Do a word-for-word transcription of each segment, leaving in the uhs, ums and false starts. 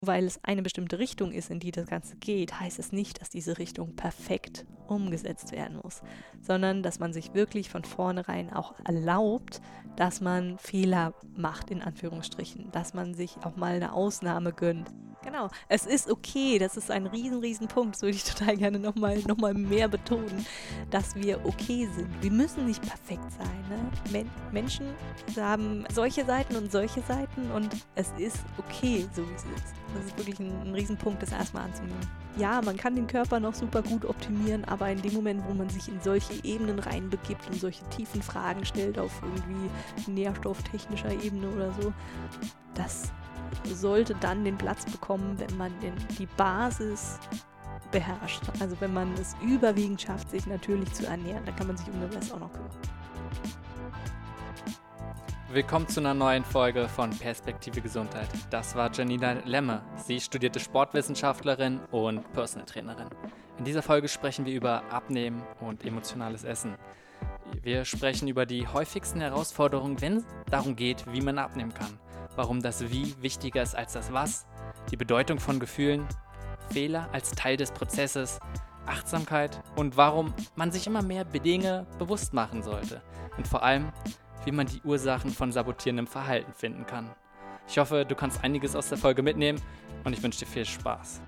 Weil es eine bestimmte Richtung ist, in die das Ganze geht, heißt es nicht, dass diese Richtung perfekt umgesetzt werden muss, sondern dass man sich wirklich von vornherein auch erlaubt, dass man Fehler macht, in Anführungsstrichen, dass man sich auch mal eine Ausnahme gönnt. Genau, es ist okay, das ist ein riesen, riesen Punkt, das würde ich total gerne nochmal noch mal mehr betonen, dass wir okay sind. Wir müssen nicht perfekt sein. Ne? Men- Menschen haben solche Seiten und solche Seiten und es ist okay, so wie es ist. Das ist wirklich ein, ein Riesenpunkt, das erstmal anzunehmen. Ja, man kann den Körper noch super gut optimieren, aber in dem Moment, wo man sich in solche Ebenen reinbegibt und solche tiefen Fragen stellt auf irgendwie nährstofftechnischer Ebene oder so, das sollte dann den Platz bekommen, wenn man den, die Basis beherrscht. Also wenn man es überwiegend schafft, sich natürlich zu ernähren, dann kann man sich um den Rest auch noch kümmern. Willkommen zu einer neuen Folge von Perspektive Gesundheit. Das war Janina Lemme. Sie studierte Sportwissenschaftlerin und Personal Trainerin. In dieser Folge sprechen wir über Abnehmen und emotionales Essen. Wir sprechen über die häufigsten Herausforderungen, wenn es darum geht, wie man abnehmen kann. Warum das Wie wichtiger ist als das Was, die Bedeutung von Gefühlen, Fehler als Teil des Prozesses, Achtsamkeit und warum man sich immer mehr Dinge bewusst machen sollte. Und vor allem, wie man die Ursachen von sabotierendem Verhalten finden kann. Ich hoffe, du kannst einiges aus der Folge mitnehmen und ich wünsche dir viel Spaß.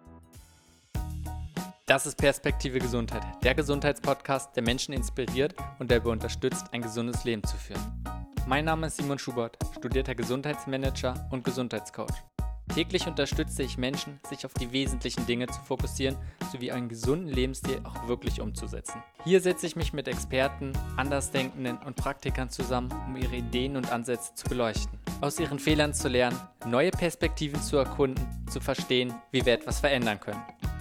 Das ist Perspektive Gesundheit, der Gesundheitspodcast, der Menschen inspiriert und dabei unterstützt, ein gesundes Leben zu führen. Mein Name ist Simon Schubert, studierter Gesundheitsmanager und Gesundheitscoach. Täglich unterstütze ich Menschen, sich auf die wesentlichen Dinge zu fokussieren, sowie einen gesunden Lebensstil auch wirklich umzusetzen. Hier setze ich mich mit Experten, Andersdenkenden und Praktikern zusammen, um ihre Ideen und Ansätze zu beleuchten, aus ihren Fehlern zu lernen, neue Perspektiven zu erkunden, zu verstehen, wie wir etwas verändern können.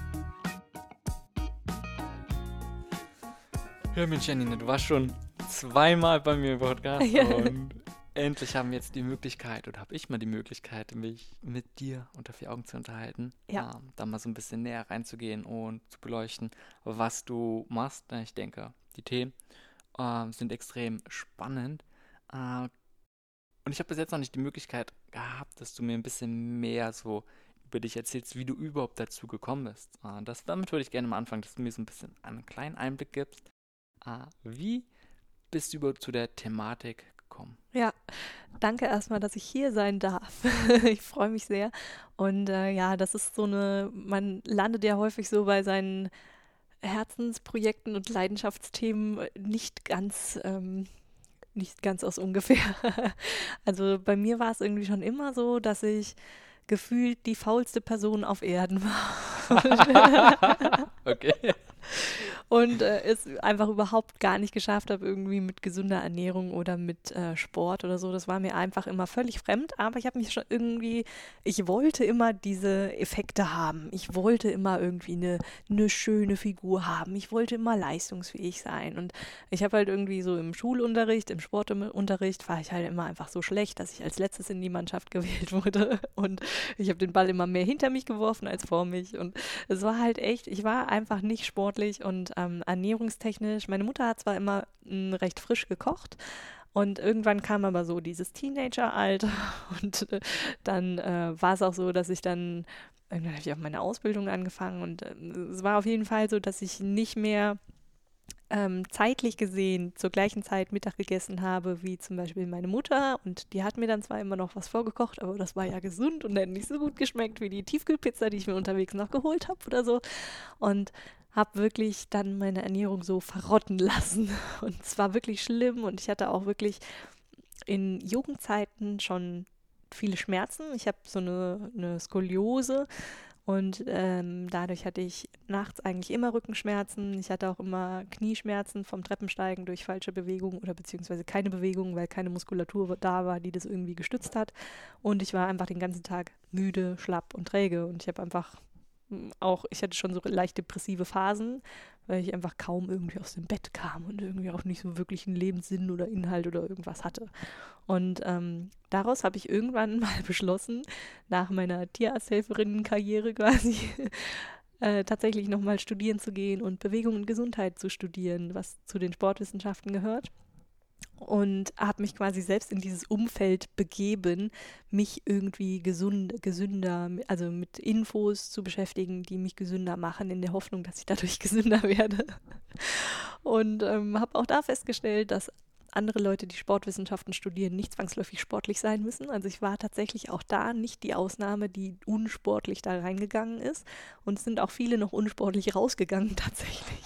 Hör Mensch, Janine, du warst schon zweimal bei mir im Podcast und endlich haben wir jetzt die Möglichkeit, oder habe ich mal die Möglichkeit, mich mit dir unter vier Augen zu unterhalten, Ja. ähm, da mal so ein bisschen näher reinzugehen und zu beleuchten, was du machst. Ich denke, die Themen ähm, sind extrem spannend. Äh, und ich habe bis jetzt noch nicht die Möglichkeit gehabt, dass du mir ein bisschen mehr so über dich erzählst, wie du überhaupt dazu gekommen bist. Äh, das, damit würde ich gerne mal anfangen, dass du mir so ein bisschen einen kleinen Einblick gibst. Äh, wie bist du überhaupt zu der Thematik gekommen? Ja, danke erstmal, dass ich hier sein darf. Ich freue mich sehr. Und äh, ja, das ist so eine, man landet ja häufig so bei seinen Herzensprojekten und Leidenschaftsthemen nicht ganz, ähm, nicht ganz aus ungefähr. Also bei mir war es irgendwie schon immer so, dass ich gefühlt die faulste Person auf Erden war. Okay. Und äh, es einfach überhaupt gar nicht geschafft habe, irgendwie mit gesunder Ernährung oder mit äh, Sport oder so. Das war mir einfach immer völlig fremd, aber ich habe mich schon irgendwie, ich wollte immer diese Effekte haben. Ich wollte immer irgendwie eine, eine schöne Figur haben. Ich wollte immer leistungsfähig sein. Und ich habe halt irgendwie so im Schulunterricht, im Sportunterricht war ich halt immer einfach so schlecht, dass ich als letztes in die Mannschaft gewählt wurde. Und ich habe den Ball immer mehr hinter mich geworfen als vor mich. Und es war halt echt, ich war einfach nicht sportlich und ähm, ernährungstechnisch. Meine Mutter hat zwar immer mh, recht frisch gekocht und irgendwann kam aber so dieses Teenageralter und äh, dann äh, war es auch so, dass ich dann, irgendwann habe ich auch meine Ausbildung angefangen und äh, es war auf jeden Fall so, dass ich nicht mehr ähm, zeitlich gesehen zur gleichen Zeit Mittag gegessen habe, wie zum Beispiel meine Mutter. Und die hat mir dann zwar immer noch was vorgekocht, aber das war ja gesund und hat nicht so gut geschmeckt wie die Tiefkühlpizza, die ich mir unterwegs noch geholt habe oder so. Und habe wirklich dann meine Ernährung so verrotten lassen. Und es war wirklich schlimm und ich hatte auch wirklich in Jugendzeiten schon viele Schmerzen. Ich habe so eine, eine Skoliose. Und ähm, dadurch hatte ich nachts eigentlich immer Rückenschmerzen. Ich hatte auch immer Knieschmerzen vom Treppensteigen durch falsche Bewegungen oder beziehungsweise keine Bewegung, weil keine Muskulatur da war, die das irgendwie gestützt hat. Und ich war einfach den ganzen Tag müde, schlapp und träge. Und ich habe einfach auch, ich hatte schon so leicht depressive Phasen, weil ich einfach kaum irgendwie aus dem Bett kam und irgendwie auch nicht so wirklich einen Lebenssinn oder Inhalt oder irgendwas hatte. Und ähm, daraus habe ich irgendwann mal beschlossen, nach meiner Tierarzthelferinnenkarriere quasi, äh, tatsächlich nochmal studieren zu gehen und Bewegung und Gesundheit zu studieren, was zu den Sportwissenschaften gehört. und habe mich quasi selbst in dieses Umfeld begeben, mich irgendwie gesund, gesünder, also mit Infos zu beschäftigen, die mich gesünder machen, in der Hoffnung, dass ich dadurch gesünder werde. Und ähm, habe auch da festgestellt, dass andere Leute, die Sportwissenschaften studieren, nicht zwangsläufig sportlich sein müssen. Also ich war tatsächlich auch da nicht die Ausnahme, die unsportlich da reingegangen ist. Und es sind auch viele noch unsportlich rausgegangen tatsächlich.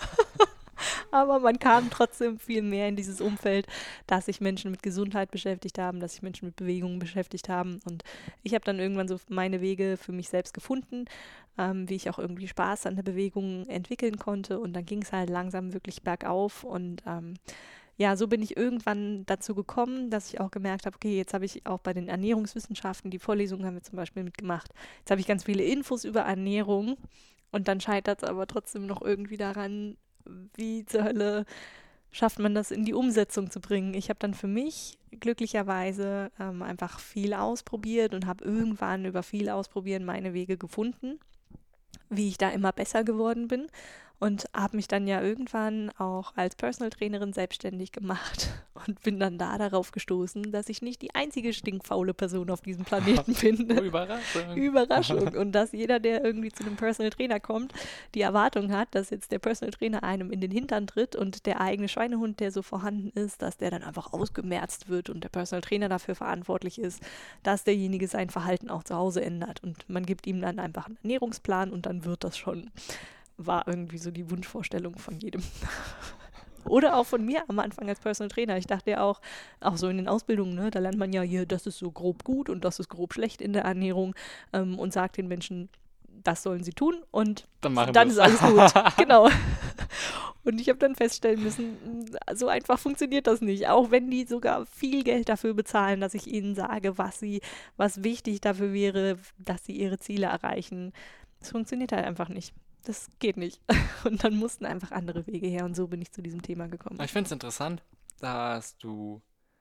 Aber man kam trotzdem viel mehr in dieses Umfeld, dass sich Menschen mit Gesundheit beschäftigt haben, dass sich Menschen mit Bewegungen beschäftigt haben. Und ich habe dann irgendwann so meine Wege für mich selbst gefunden, ähm, wie ich auch irgendwie Spaß an der Bewegung entwickeln konnte. Und dann ging es halt langsam wirklich bergauf. Und ähm, ja, so bin ich irgendwann dazu gekommen, dass ich auch gemerkt habe, okay, jetzt habe ich auch bei den Ernährungswissenschaften, die Vorlesungen haben wir zum Beispiel mitgemacht, jetzt habe ich ganz viele Infos über Ernährung. Und dann scheitert es aber trotzdem noch irgendwie daran, wie zur Hölle schafft man das in die Umsetzung zu bringen. Ich habe dann für mich glücklicherweise ähm, einfach viel ausprobiert und habe irgendwann über viel Ausprobieren meine Wege gefunden, wie ich da immer besser geworden bin und habe mich dann ja irgendwann auch als Personal Trainerin selbstständig gemacht und bin dann da darauf gestoßen, dass ich nicht die einzige stinkfaule Person auf diesem Planeten bin. Oh, Überraschung. Überraschung. Und dass jeder, der irgendwie zu einem Personal Trainer kommt, die Erwartung hat, dass jetzt der Personal Trainer einem in den Hintern tritt und der eigene Schweinehund, der so vorhanden ist, dass der dann einfach ausgemerzt wird und der Personal Trainer dafür verantwortlich ist, dass derjenige sein Verhalten auch zu Hause ändert. Und man gibt ihm dann einfach einen Ernährungsplan und dann wird das schon. War irgendwie so die Wunschvorstellung von jedem. Oder auch von mir am Anfang als Personal Trainer. Ich dachte ja auch, auch so in den Ausbildungen, ne, da lernt man ja hier, das ist so grob gut und das ist grob schlecht in der Ernährung ähm, und sagt den Menschen, das sollen sie tun und Dann, dann ist alles gut. Genau. Und ich habe dann feststellen müssen, so einfach funktioniert das nicht. Auch wenn die sogar viel Geld dafür bezahlen, dass ich ihnen sage, was sie, was wichtig dafür wäre, dass sie ihre Ziele erreichen. Das funktioniert halt einfach nicht. Das geht nicht. Und dann mussten einfach andere Wege her und so bin ich zu diesem Thema gekommen. Ich finde es interessant, dass du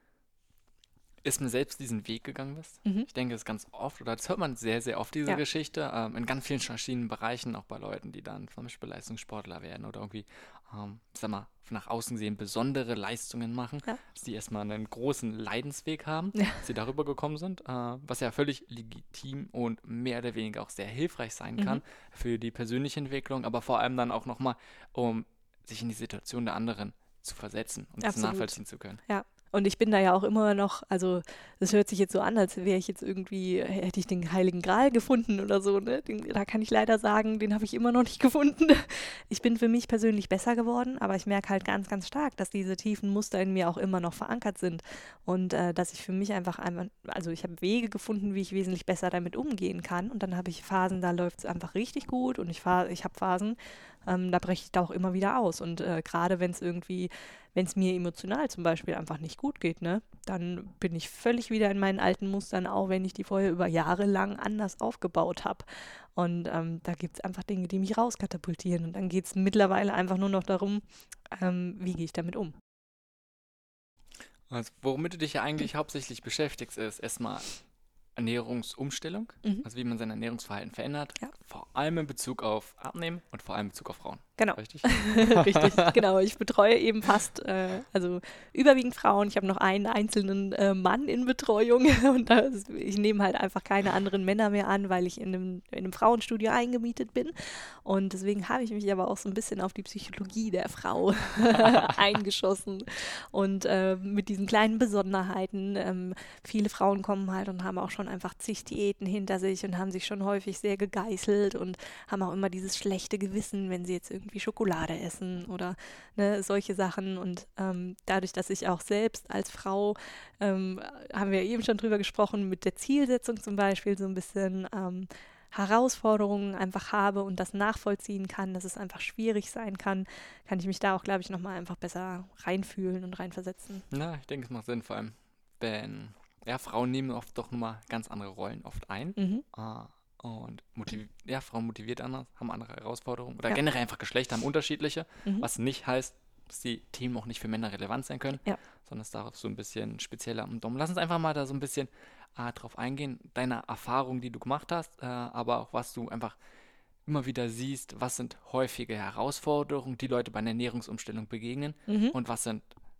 erstmal selbst diesen Weg gegangen bist. Mhm. Ich denke, das ist ganz oft, oder das hört man sehr, sehr oft, diese Ja. Geschichte, ähm, in ganz vielen verschiedenen Bereichen, auch bei Leuten, die dann zum Beispiel Leistungssportler werden oder irgendwie, ähm, sag mal, nach außen gesehen besondere Leistungen machen, Ja. dass die erstmal einen großen Leidensweg haben, Ja. dass sie darüber gekommen sind, äh, was ja völlig legitim und mehr oder weniger auch sehr hilfreich sein kann Mhm. für die persönliche Entwicklung, aber vor allem dann auch nochmal, um sich in die Situation der anderen zu versetzen und das Absolut. nachvollziehen zu können. Ja. Und ich bin da ja auch immer noch, also das hört sich jetzt so an, als wäre ich jetzt irgendwie, hätte ich den Heiligen Gral gefunden oder so, ne? Den, da kann ich leider sagen, den habe ich immer noch nicht gefunden. Ich bin für mich persönlich besser geworden, aber ich merke halt ganz, ganz stark, dass diese tiefen Muster in mir auch immer noch verankert sind und äh, dass ich für mich einfach einfach, also ich habe Wege gefunden, wie ich wesentlich besser damit umgehen kann und dann habe ich Phasen, da läuft es einfach richtig gut und ich, ich habe Phasen, ähm, da breche ich da auch immer wieder aus und äh, gerade wenn es irgendwie wenn es mir emotional zum Beispiel einfach nicht gut geht, ne, dann bin ich völlig wieder in meinen alten Mustern, auch wenn ich die vorher über Jahre lang anders aufgebaut habe. Und ähm, da gibt es einfach Dinge, die mich rauskatapultieren. Und dann geht es mittlerweile einfach nur noch darum, ähm, wie gehe ich damit um. Also, womit du dich ja eigentlich hauptsächlich beschäftigst, ist erstmal Ernährungsumstellung, Mhm. also wie man sein Ernährungsverhalten verändert, Ja. vor allem in Bezug auf Abnehmen und vor allem in Bezug auf Frauen. Genau. Richtig? Richtig, genau. Ich betreue eben fast, äh, also überwiegend Frauen. Ich habe noch einen einzelnen äh, Mann in Betreuung und da ist, ich nehme halt einfach keine anderen Männer mehr an, weil ich in einem, in einem Frauenstudio eingemietet bin. Und deswegen habe ich mich aber auch so ein bisschen auf die Psychologie der Frau eingeschossen. Und äh, mit diesen kleinen Besonderheiten. Ähm, viele Frauen kommen halt und haben auch schon einfach zig Diäten hinter sich und haben sich schon häufig sehr gegeißelt und haben auch immer dieses schlechte Gewissen, wenn sie jetzt irgendwie Schokolade essen oder ne, solche Sachen. Und ähm, dadurch, dass ich auch selbst als Frau, ähm, haben wir eben schon drüber gesprochen, mit der Zielsetzung zum Beispiel so ein bisschen ähm, Herausforderungen einfach habe und das nachvollziehen kann, dass es einfach schwierig sein kann, kann ich mich da auch, glaube ich, nochmal einfach besser reinfühlen und reinversetzen. Ja, ich denke, es macht Sinn, vor allem, wenn, ja, Frauen nehmen oft doch nochmal ganz andere Rollen oft ein. Mhm. Ah, und motiv- ja, Frauen motiviert anders, haben andere Herausforderungen oder Ja. generell einfach Geschlechter haben unterschiedliche, Mhm. was nicht heißt, dass die Themen auch nicht für Männer relevant sein können, Ja. sondern es darf so ein bisschen spezieller und darum lass uns einfach mal da so ein bisschen äh, drauf eingehen, deine Erfahrungen, die du gemacht hast, äh, aber auch was du einfach immer wieder siehst, was sind häufige Herausforderungen, die Leute bei einer Ernährungsumstellung begegnen Mhm. und was sind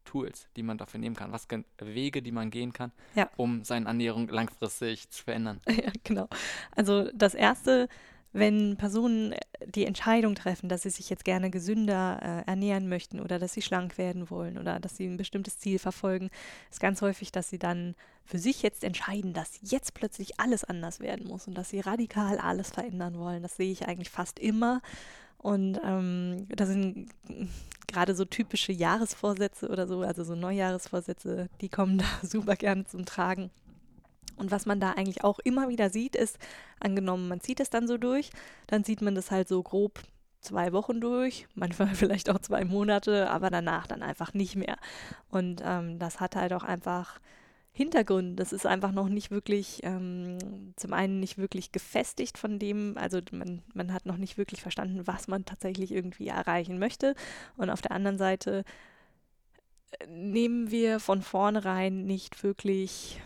Tools, die man dafür nehmen kann? Was sind Wege, die man gehen kann, Ja. um seine Ernährung langfristig zu verändern? Ja, genau. Also das Erste, wenn Personen die Entscheidung treffen, dass sie sich jetzt gerne gesünder äh, ernähren möchten oder dass sie schlank werden wollen oder dass sie ein bestimmtes Ziel verfolgen, ist ganz häufig, dass sie dann für sich jetzt entscheiden, dass jetzt plötzlich alles anders werden muss und dass sie radikal alles verändern wollen. Das sehe ich eigentlich fast immer. Und ähm, das sind gerade so typische Jahresvorsätze oder so, also so Neujahresvorsätze, die kommen da super gerne zum Tragen. Und was man da eigentlich auch immer wieder sieht, ist, angenommen, man zieht es dann so durch, dann sieht man das halt so grob zwei Wochen durch, manchmal vielleicht auch zwei Monate, aber danach dann einfach nicht mehr. Und ähm, das hat halt auch einfach Hintergründe. Das ist einfach noch nicht wirklich, ähm, zum einen nicht wirklich gefestigt von dem, also man, man hat noch nicht wirklich verstanden, was man tatsächlich irgendwie erreichen möchte. Und auf der anderen Seite nehmen wir von vornherein nicht wirklich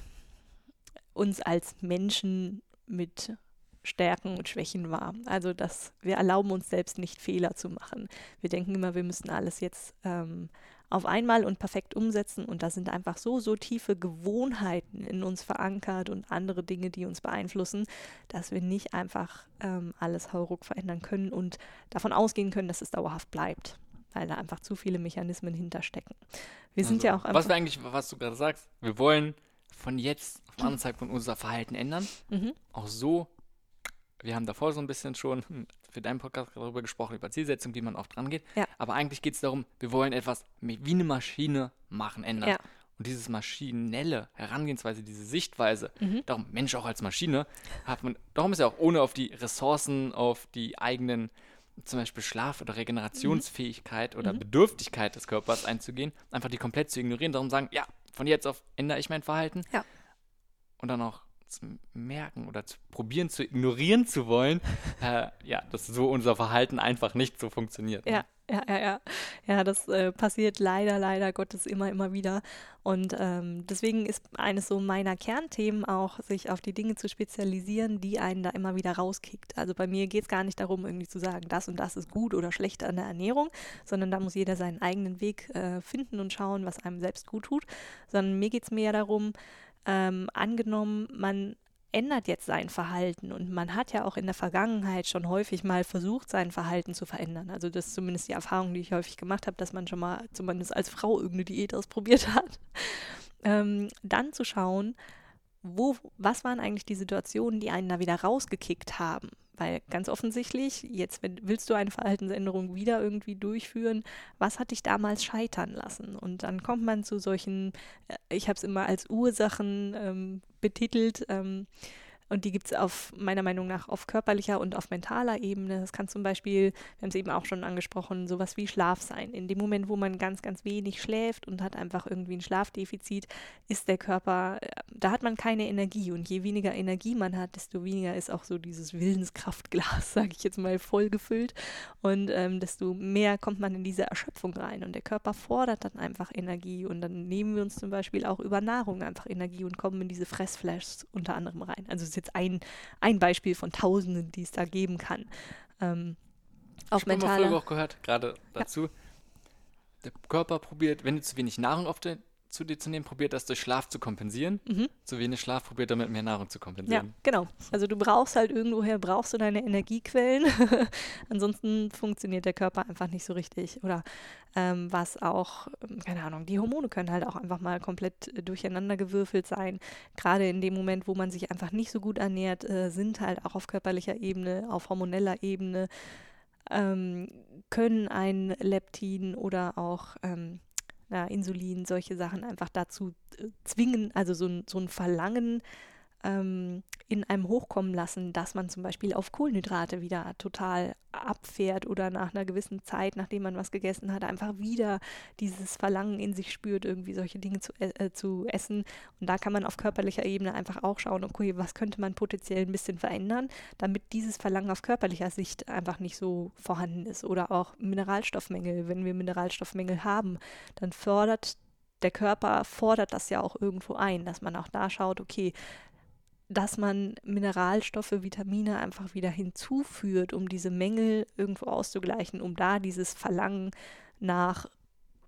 uns als Menschen mit Stärken und Schwächen wahr. Also dass wir erlauben uns selbst nicht Fehler zu machen. Wir denken immer, wir müssen alles jetzt ähm, auf einmal und perfekt umsetzen und da sind einfach so, so tiefe Gewohnheiten in uns verankert und andere Dinge, die uns beeinflussen, dass wir nicht einfach ähm, alles hauruck verändern können und davon ausgehen können, dass es dauerhaft bleibt, weil da einfach zu viele Mechanismen hinterstecken. Wir sind Also, ja auch einfach... Was wir eigentlich, was du gerade sagst, wir wollen von jetzt auf einen anderen Zeitpunkt unser Verhalten ändern. Mhm. Auch so, wir haben davor so ein bisschen schon für deinen Podcast darüber gesprochen, über Zielsetzung, wie man auch dran geht. Ja. Aber eigentlich geht es darum, wir wollen etwas wie eine Maschine machen, ändern. Ja. Und dieses maschinelle Herangehensweise, diese Sichtweise, Mhm. darum Mensch auch als Maschine, hat man, darum ist ja auch ohne auf die Ressourcen, auf die eigenen, zum Beispiel Schlaf- oder Regenerationsfähigkeit oder Mhm. Bedürftigkeit des Körpers einzugehen, einfach die komplett zu ignorieren, darum sagen, ja, von jetzt auf ändere ich mein Verhalten. Ja. Und dann auch zu merken oder zu probieren zu ignorieren zu wollen, äh, ja, dass so unser Verhalten einfach nicht so funktioniert. Ja, ja, ja, ja. Ja, das äh, passiert leider, leider Gottes immer, immer wieder. Und ähm, deswegen ist eines so meiner Kernthemen auch, sich auf die Dinge zu spezialisieren, die einen da immer wieder rauskickt. Also bei mir geht es gar nicht darum, irgendwie zu sagen, das und das ist gut oder schlecht an der Ernährung, sondern da muss jeder seinen eigenen Weg äh, finden und schauen, was einem selbst gut tut. Sondern mir geht es mehr darum, ähm, angenommen, man ändert jetzt sein Verhalten und man hat ja auch in der Vergangenheit schon häufig mal versucht, sein Verhalten zu verändern. Also das ist zumindest die Erfahrung, die ich häufig gemacht habe, dass man schon mal zumindest als Frau irgendeine Diät ausprobiert hat. Ähm, dann zu schauen, wo, was waren eigentlich die Situationen, die einen da wieder rausgekickt haben. Weil ganz offensichtlich, jetzt wenn, willst du eine Verhaltensänderung wieder irgendwie durchführen, was hat dich damals scheitern lassen? Und dann kommt man zu solchen, äh, ich habe es immer als Ursachen ähm, betitelt, ähm, und die gibt es auf meiner Meinung nach auf körperlicher und auf mentaler Ebene. Das kann zum Beispiel, wir haben es eben auch schon angesprochen, sowas wie Schlaf sein. In dem Moment, wo man ganz, ganz wenig schläft und hat einfach irgendwie ein Schlafdefizit, ist der Körper, da hat man keine Energie. Und je weniger Energie man hat, desto weniger ist auch so dieses Willenskraftglas, sage ich jetzt mal, voll gefüllt. Und ähm, desto mehr kommt man in diese Erschöpfung rein. Und der Körper fordert dann einfach Energie. Und dann nehmen wir uns zum Beispiel auch über Nahrung einfach Energie und kommen in diese Fressflashs unter anderem rein. Also es ist jetzt ein, ein Beispiel von Tausenden, die es da geben kann. Ähm, auf Ich habe mentaler... früher auch gehört, gerade dazu, ja. Der Körper probiert, wenn du zu wenig Nahrung auf de, zu dir zu nehmen, probiert das durch Schlaf zu kompensieren. Mhm. Zu wenig Schlaf probiert damit mehr Nahrung zu kompensieren. Ja, genau. Also du brauchst halt irgendwoher, brauchst du deine Energiequellen. Ansonsten funktioniert der Körper einfach nicht so richtig. Oder ähm, was auch, keine Ahnung, die Hormone können halt auch einfach mal komplett äh, durcheinandergewürfelt sein. Gerade in dem Moment, wo man sich einfach nicht so gut ernährt, äh, sind halt auch auf körperlicher Ebene, auf hormoneller Ebene, ähm, können ein Leptin oder auch ähm, na, Insulin, solche Sachen einfach dazu äh, zwingen, also so ein, so ein Verlangen ähm, in einem hochkommen lassen, dass man zum Beispiel auf Kohlenhydrate wieder total abfährt oder nach einer gewissen Zeit, nachdem man was gegessen hat, einfach wieder dieses Verlangen in sich spürt, irgendwie solche Dinge zu, äh, zu essen. Und da kann man auf körperlicher Ebene einfach auch schauen, okay, was könnte man potenziell ein bisschen verändern, damit dieses Verlangen auf körperlicher Sicht einfach nicht so vorhanden ist. Oder auch Mineralstoffmängel. Wenn wir Mineralstoffmängel haben, dann fördert der Körper, fordert das ja auch irgendwo ein, dass man auch da schaut, okay, dass man Mineralstoffe, Vitamine einfach wieder hinzuführt, um diese Mängel irgendwo auszugleichen, um da dieses Verlangen nach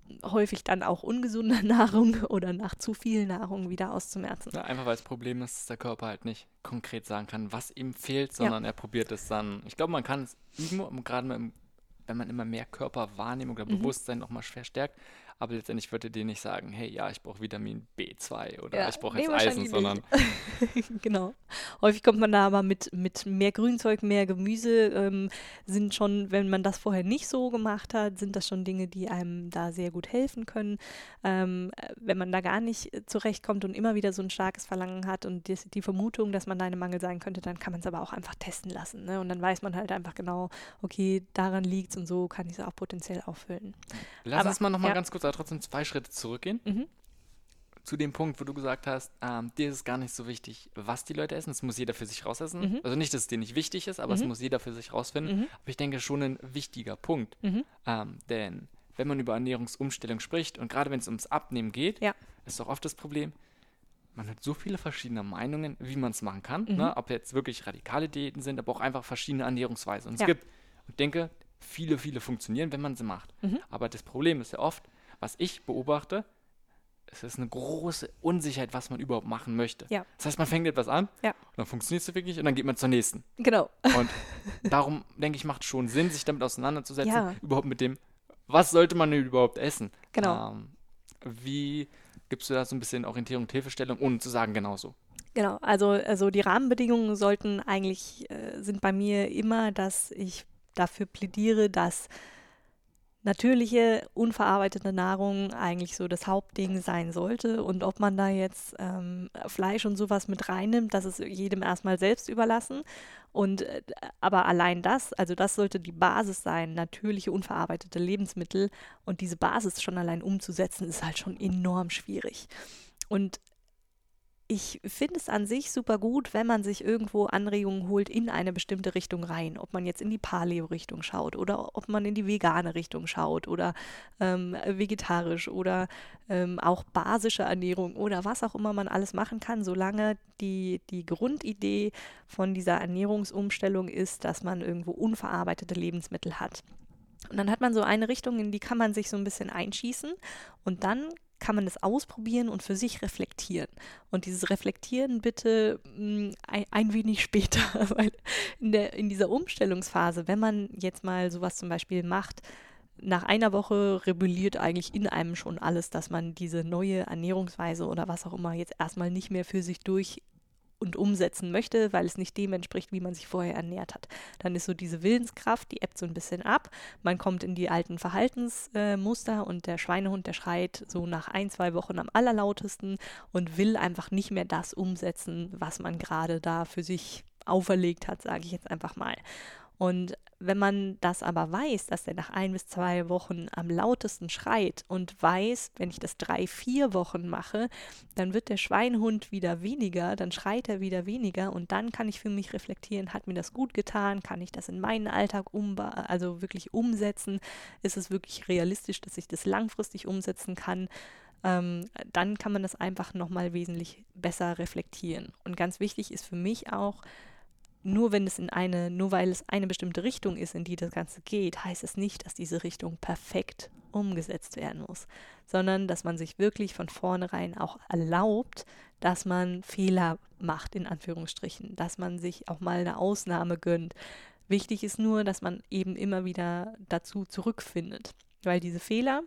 häufig dann auch ungesunde Nahrung oder nach zu viel Nahrung wieder auszumerzen. Ja, einfach weil das Problem ist, dass der Körper halt nicht konkret sagen kann, was ihm fehlt, sondern ja. er probiert es dann. Ich glaube, man kann es üben, gerade wenn man immer mehr Körperwahrnehmung oder mhm. Bewusstsein nochmal verstärkt. Aber letztendlich würde dir nicht sagen, hey, ja, ich brauche Vitamin B zwei oder ja, ich brauche jetzt nee, Eisen, sondern... Genau. Häufig kommt man da aber mit, mit mehr Grünzeug, mehr Gemüse, ähm, sind schon, wenn man das vorher nicht so gemacht hat, sind das schon Dinge, die einem da sehr gut helfen können. Ähm, wenn man da gar nicht zurechtkommt und immer wieder so ein starkes Verlangen hat und die, die Vermutung, dass man da in einem Mangel sein könnte, dann kann man es aber auch einfach testen lassen. Ne? Und dann weiß man halt einfach genau, okay, daran liegt es und so kann ich es auch potenziell auffüllen. Lass aber, uns mal nochmal ja. ganz kurz trotzdem zwei Schritte zurückgehen. Mhm. Zu dem Punkt, wo du gesagt hast, ähm, dir ist es gar nicht so wichtig, was die Leute essen. Das muss jeder für sich rausessen. Mhm. Also nicht, dass es dir nicht wichtig ist, aber mhm. es muss jeder für sich rausfinden. Mhm. Aber ich denke schon ein wichtiger Punkt. Mhm. Ähm, denn wenn man über Ernährungsumstellung spricht und gerade wenn es ums Abnehmen geht, ja. ist doch oft das Problem, man hat so viele verschiedene Meinungen, wie man es machen kann. Mhm. Ne? Ob jetzt wirklich radikale Diäten sind, aber auch einfach verschiedene Ernährungsweisen. Und es ja. gibt, ich denke, viele, viele funktionieren, wenn man sie macht. Mhm. Aber das Problem ist ja oft, was ich beobachte, es ist eine große Unsicherheit, was man überhaupt machen möchte. Ja. Das heißt, man fängt etwas an, ja. und dann funktioniert es wirklich und dann geht man zur nächsten. Genau. Und darum, denke ich, macht es schon Sinn, sich damit auseinanderzusetzen, ja. überhaupt mit dem, was sollte man denn überhaupt essen? Genau. Ähm, wie gibst du da so ein bisschen Orientierung und Hilfestellung, ohne zu sagen, genauso? Genau, also, also die Rahmenbedingungen sollten eigentlich, äh, sind bei mir immer, dass ich dafür plädiere, dass natürliche, unverarbeitete Nahrung eigentlich so das Hauptding sein sollte. Und ob man da jetzt ähm, Fleisch und sowas mit reinnimmt, das ist jedem erstmal selbst überlassen. Und äh, aber allein das, also das sollte die Basis sein, natürliche, unverarbeitete Lebensmittel. Und diese Basis schon allein umzusetzen, ist halt schon enorm schwierig. Und ich finde es an sich super gut, wenn man sich irgendwo Anregungen holt in eine bestimmte Richtung rein. Ob man jetzt in die Paleo-Richtung schaut oder ob man in die vegane Richtung schaut oder ähm, vegetarisch oder ähm, auch basische Ernährung oder was auch immer man alles machen kann, solange die, die Grundidee von dieser Ernährungsumstellung ist, dass man irgendwo unverarbeitete Lebensmittel hat. Und dann hat man so eine Richtung, in die kann man sich so ein bisschen einschießen und dann kann man das ausprobieren und für sich reflektieren. Und dieses Reflektieren bitte mh, ein, ein wenig später, weil in, der, in dieser Umstellungsphase, wenn man jetzt mal sowas zum Beispiel macht, nach einer Woche rebelliert eigentlich in einem schon alles, dass man diese neue Ernährungsweise oder was auch immer jetzt erstmal nicht mehr für sich durch und umsetzen möchte, weil es nicht dem entspricht, wie man sich vorher ernährt hat. Dann ist so diese Willenskraft, die ebbt so ein bisschen ab. Man kommt in die alten Verhaltensmuster äh, und der Schweinehund, der schreit so nach ein, zwei Wochen am allerlautesten und will einfach nicht mehr das umsetzen, was man gerade da für sich auferlegt hat, sage ich jetzt einfach mal. Und wenn man das aber weiß, dass er nach ein bis zwei Wochen am lautesten schreit und weiß, wenn ich das drei, vier Wochen mache, dann wird der Schweinehund wieder weniger, dann schreit er wieder weniger und dann kann ich für mich reflektieren, hat mir das gut getan, kann ich das in meinen Alltag umba- also wirklich umsetzen, ist es wirklich realistisch, dass ich das langfristig umsetzen kann. Ähm, dann kann man das einfach nochmal wesentlich besser reflektieren. Und ganz wichtig ist für mich auch, Nur wenn es in eine, nur weil es eine bestimmte Richtung ist, in die das Ganze geht, heißt es nicht, dass diese Richtung perfekt umgesetzt werden muss, sondern dass man sich wirklich von vornherein auch erlaubt, dass man Fehler macht, in Anführungsstrichen, dass man sich auch mal eine Ausnahme gönnt. Wichtig ist nur, dass man eben immer wieder dazu zurückfindet, weil diese Fehler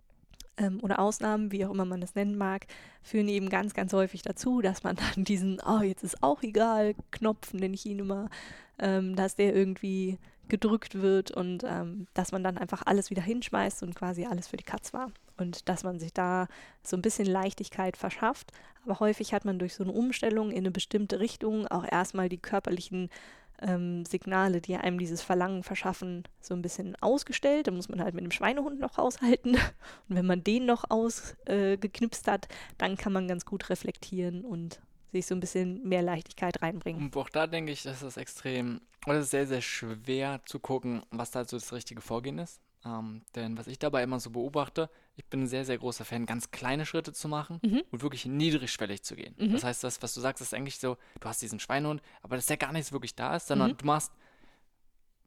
Ähm, oder Ausnahmen, wie auch immer man das nennen mag, führen eben ganz, ganz häufig dazu, dass man dann diesen, oh, jetzt ist auch egal, Knopf, nenne ich ihn immer, ähm, dass der irgendwie gedrückt wird und ähm, dass man dann einfach alles wieder hinschmeißt und quasi alles für die Katz war. Und dass man sich da so ein bisschen Leichtigkeit verschafft. Aber häufig hat man durch so eine Umstellung in eine bestimmte Richtung auch erstmal die körperlichen Ähm, Signale, die einem dieses Verlangen verschaffen, so ein bisschen ausgestellt. Da muss man halt mit dem Schweinehund noch haushalten. Und wenn man den noch ausgeknipst äh, hat, dann kann man ganz gut reflektieren und sich so ein bisschen mehr Leichtigkeit reinbringen. Und auch da denke ich, dass es extrem, oder es ist sehr, sehr schwer zu gucken, was da so das richtige Vorgehen ist. Ähm, denn was ich dabei immer so beobachte, ich bin ein sehr, sehr großer Fan, ganz kleine Schritte zu machen Mhm. und wirklich niedrigschwellig zu gehen. Mhm. Das heißt, das, was du sagst, ist eigentlich so, du hast diesen Schweinehund, aber dass der gar nicht so wirklich da ist, sondern Mhm. du machst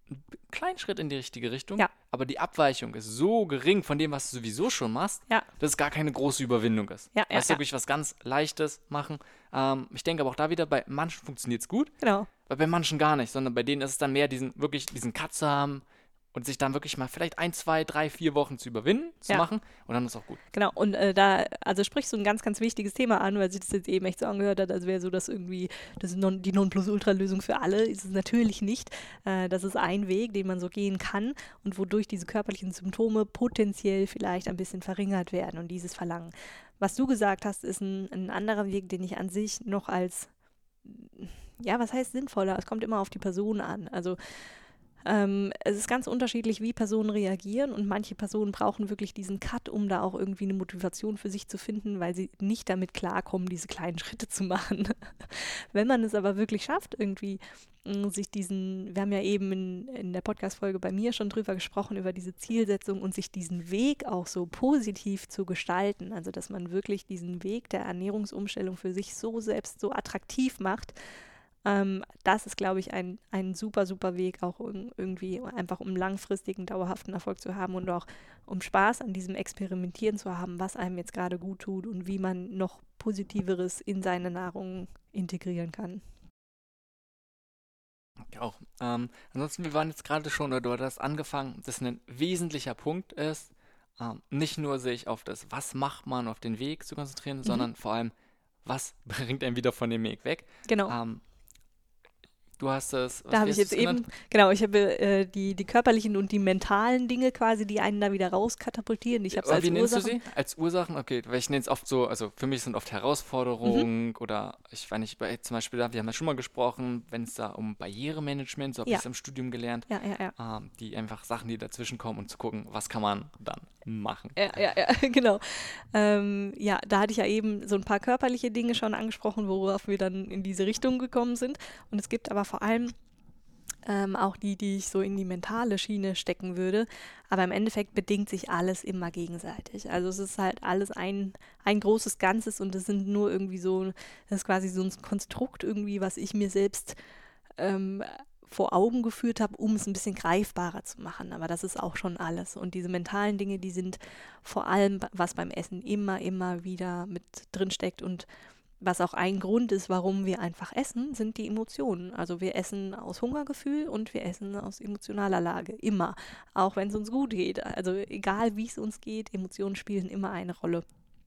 kleinen Schritt in die richtige Richtung, Ja. aber die Abweichung ist so gering von dem, was du sowieso schon machst, Ja. dass es gar keine große Überwindung ist. Ja, ja, weißt du, ja. wirklich was ganz Leichtes machen. Ähm, ich denke aber auch da wieder, bei manchen funktioniert es gut, Genau. aber bei manchen gar nicht, sondern bei denen ist es dann mehr, diesen wirklich diesen Cut zu haben und sich dann wirklich mal vielleicht ein, zwei, drei, vier Wochen zu überwinden, zu Ja. machen und dann ist auch gut. Genau, und äh, da, also sprichst du ein ganz, ganz wichtiges Thema an, weil sich das jetzt eben echt so angehört hat, als wäre so das irgendwie das non, die Nonplusultra-Lösung für alle. Ist es natürlich nicht. Äh, das ist ein Weg, den man so gehen kann und wodurch diese körperlichen Symptome potenziell vielleicht ein bisschen verringert werden und dieses Verlangen. Was du gesagt hast, ist ein, ein anderer Weg, den ich an sich noch als, ja, was heißt sinnvoller? Es kommt immer auf die Person an. Also Ähm, es ist ganz unterschiedlich, wie Personen reagieren und manche Personen brauchen wirklich diesen Cut, um da auch irgendwie eine Motivation für sich zu finden, weil sie nicht damit klarkommen, diese kleinen Schritte zu machen. Wenn man es aber wirklich schafft, irgendwie mh, sich diesen, wir haben ja eben in, in der Podcast-Folge bei mir schon drüber gesprochen, über diese Zielsetzung und sich diesen Weg auch so positiv zu gestalten, also dass man wirklich diesen Weg der Ernährungsumstellung für sich so selbst so attraktiv macht. Ähm, das ist, glaube ich, ein, ein super, super Weg, auch um, irgendwie einfach um langfristigen, dauerhaften Erfolg zu haben und auch um Spaß an diesem Experimentieren zu haben, was einem jetzt gerade gut tut und wie man noch Positiveres in seine Nahrung integrieren kann. Ich auch. Ähm, ansonsten, wir waren jetzt gerade schon, oder du hast angefangen, dass ein wesentlicher Punkt ist, ähm, nicht nur sich auf das, was macht man auf den Weg zu konzentrieren, Mhm. sondern vor allem, was bringt einen wieder von dem Weg weg. Genau. Ähm, du hast es, was Da habe wie ich hast jetzt du's eben, genannt? genau, ich habe äh, die, die körperlichen und die mentalen Dinge quasi, die einen da wieder rauskatapultieren. Ich habe es Aber als wie nennst du Ursachen. sie? Als Ursachen? Okay, weil ich nenne es oft so, also für mich sind oft Herausforderungen oder ich weiß nicht, bei, zum Beispiel, da, wir haben ja schon mal gesprochen, wenn es da um Barrieremanagement, so habe Ja. ich es im Studium gelernt, Ja, ja, ja. ähm, die einfach Sachen, die dazwischen kommen und zu gucken, was kann man dann machen. Ja, ja, ja, genau. Ähm, ja, da hatte ich ja eben so ein paar körperliche Dinge schon angesprochen, worauf wir dann in diese Richtung gekommen sind. Und es gibt aber vor allem ähm, auch die, die ich so in die mentale Schiene stecken würde. Aber im Endeffekt bedingt sich alles immer gegenseitig. Also es ist halt alles ein, ein großes Ganzes und es sind nur irgendwie so, das ist quasi so ein Konstrukt irgendwie, was ich mir selbst ähm, vor Augen geführt habe, um es ein bisschen greifbarer zu machen. Aber das ist auch schon alles. Und diese mentalen Dinge, die sind vor allem, was beim Essen immer, immer wieder mit drin steckt und was auch ein Grund ist, warum wir einfach essen, sind die Emotionen. Also wir essen aus Hungergefühl und wir essen aus emotionaler Lage. Immer. Auch wenn es uns gut geht. Also egal, wie es uns geht, Emotionen spielen immer eine Rolle.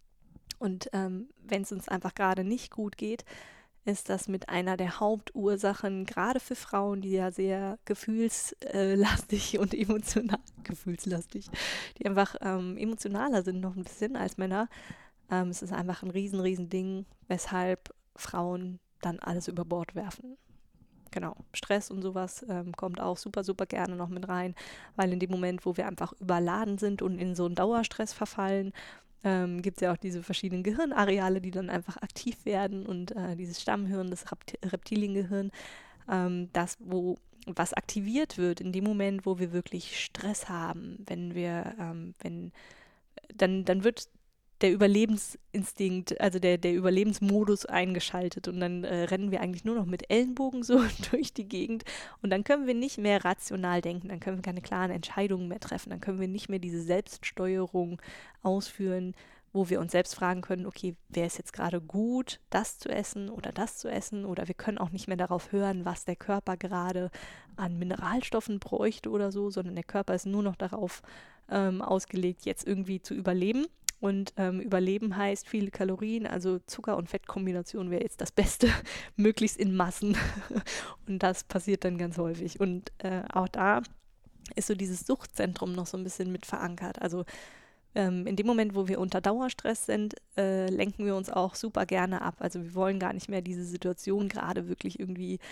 Und ähm, wenn es uns einfach gerade nicht gut geht, ist das mit einer der Hauptursachen, gerade für Frauen, die ja sehr gefühlslastig und emotional, gefühlslastig, die einfach ähm, emotionaler sind noch ein bisschen als Männer. Ähm, es ist einfach ein riesen, riesen Ding, weshalb Frauen dann alles über Bord werfen. Genau, Stress und sowas ähm, kommt auch super, super gerne noch mit rein, weil in dem Moment, wo wir einfach überladen sind und in so einen Dauerstress verfallen, ähm, gibt es ja auch diese verschiedenen Gehirnareale, die dann einfach aktiv werden und äh, dieses Stammhirn, das Rept- Reptiliengehirn, ähm, das, wo was aktiviert wird in dem Moment, wo wir wirklich Stress haben, wenn wir, ähm, wenn, dann, dann wird der Überlebensinstinkt, also der, der Überlebensmodus eingeschaltet und dann äh, rennen wir eigentlich nur noch mit Ellenbogen so durch die Gegend und dann können wir nicht mehr rational denken, dann können wir keine klaren Entscheidungen mehr treffen, dann können wir nicht mehr diese Selbststeuerung ausführen, wo wir uns selbst fragen können, okay, wäre es jetzt gerade gut, das zu essen oder das zu essen oder wir können auch nicht mehr darauf hören, was der Körper gerade an Mineralstoffen bräuchte oder so, sondern der Körper ist nur noch darauf ähm, ausgelegt, jetzt irgendwie zu überleben. Und ähm, Überleben heißt viele Kalorien, also Zucker- und Fettkombination wäre jetzt das Beste, möglichst in Massen. Und das passiert dann ganz häufig. Und äh, auch da ist so dieses Suchtzentrum noch so ein bisschen mit verankert. Also ähm, in dem Moment, wo wir unter Dauerstress sind, äh, lenken wir uns auch super gerne ab. Also wir wollen gar nicht mehr diese Situation gerade wirklich irgendwie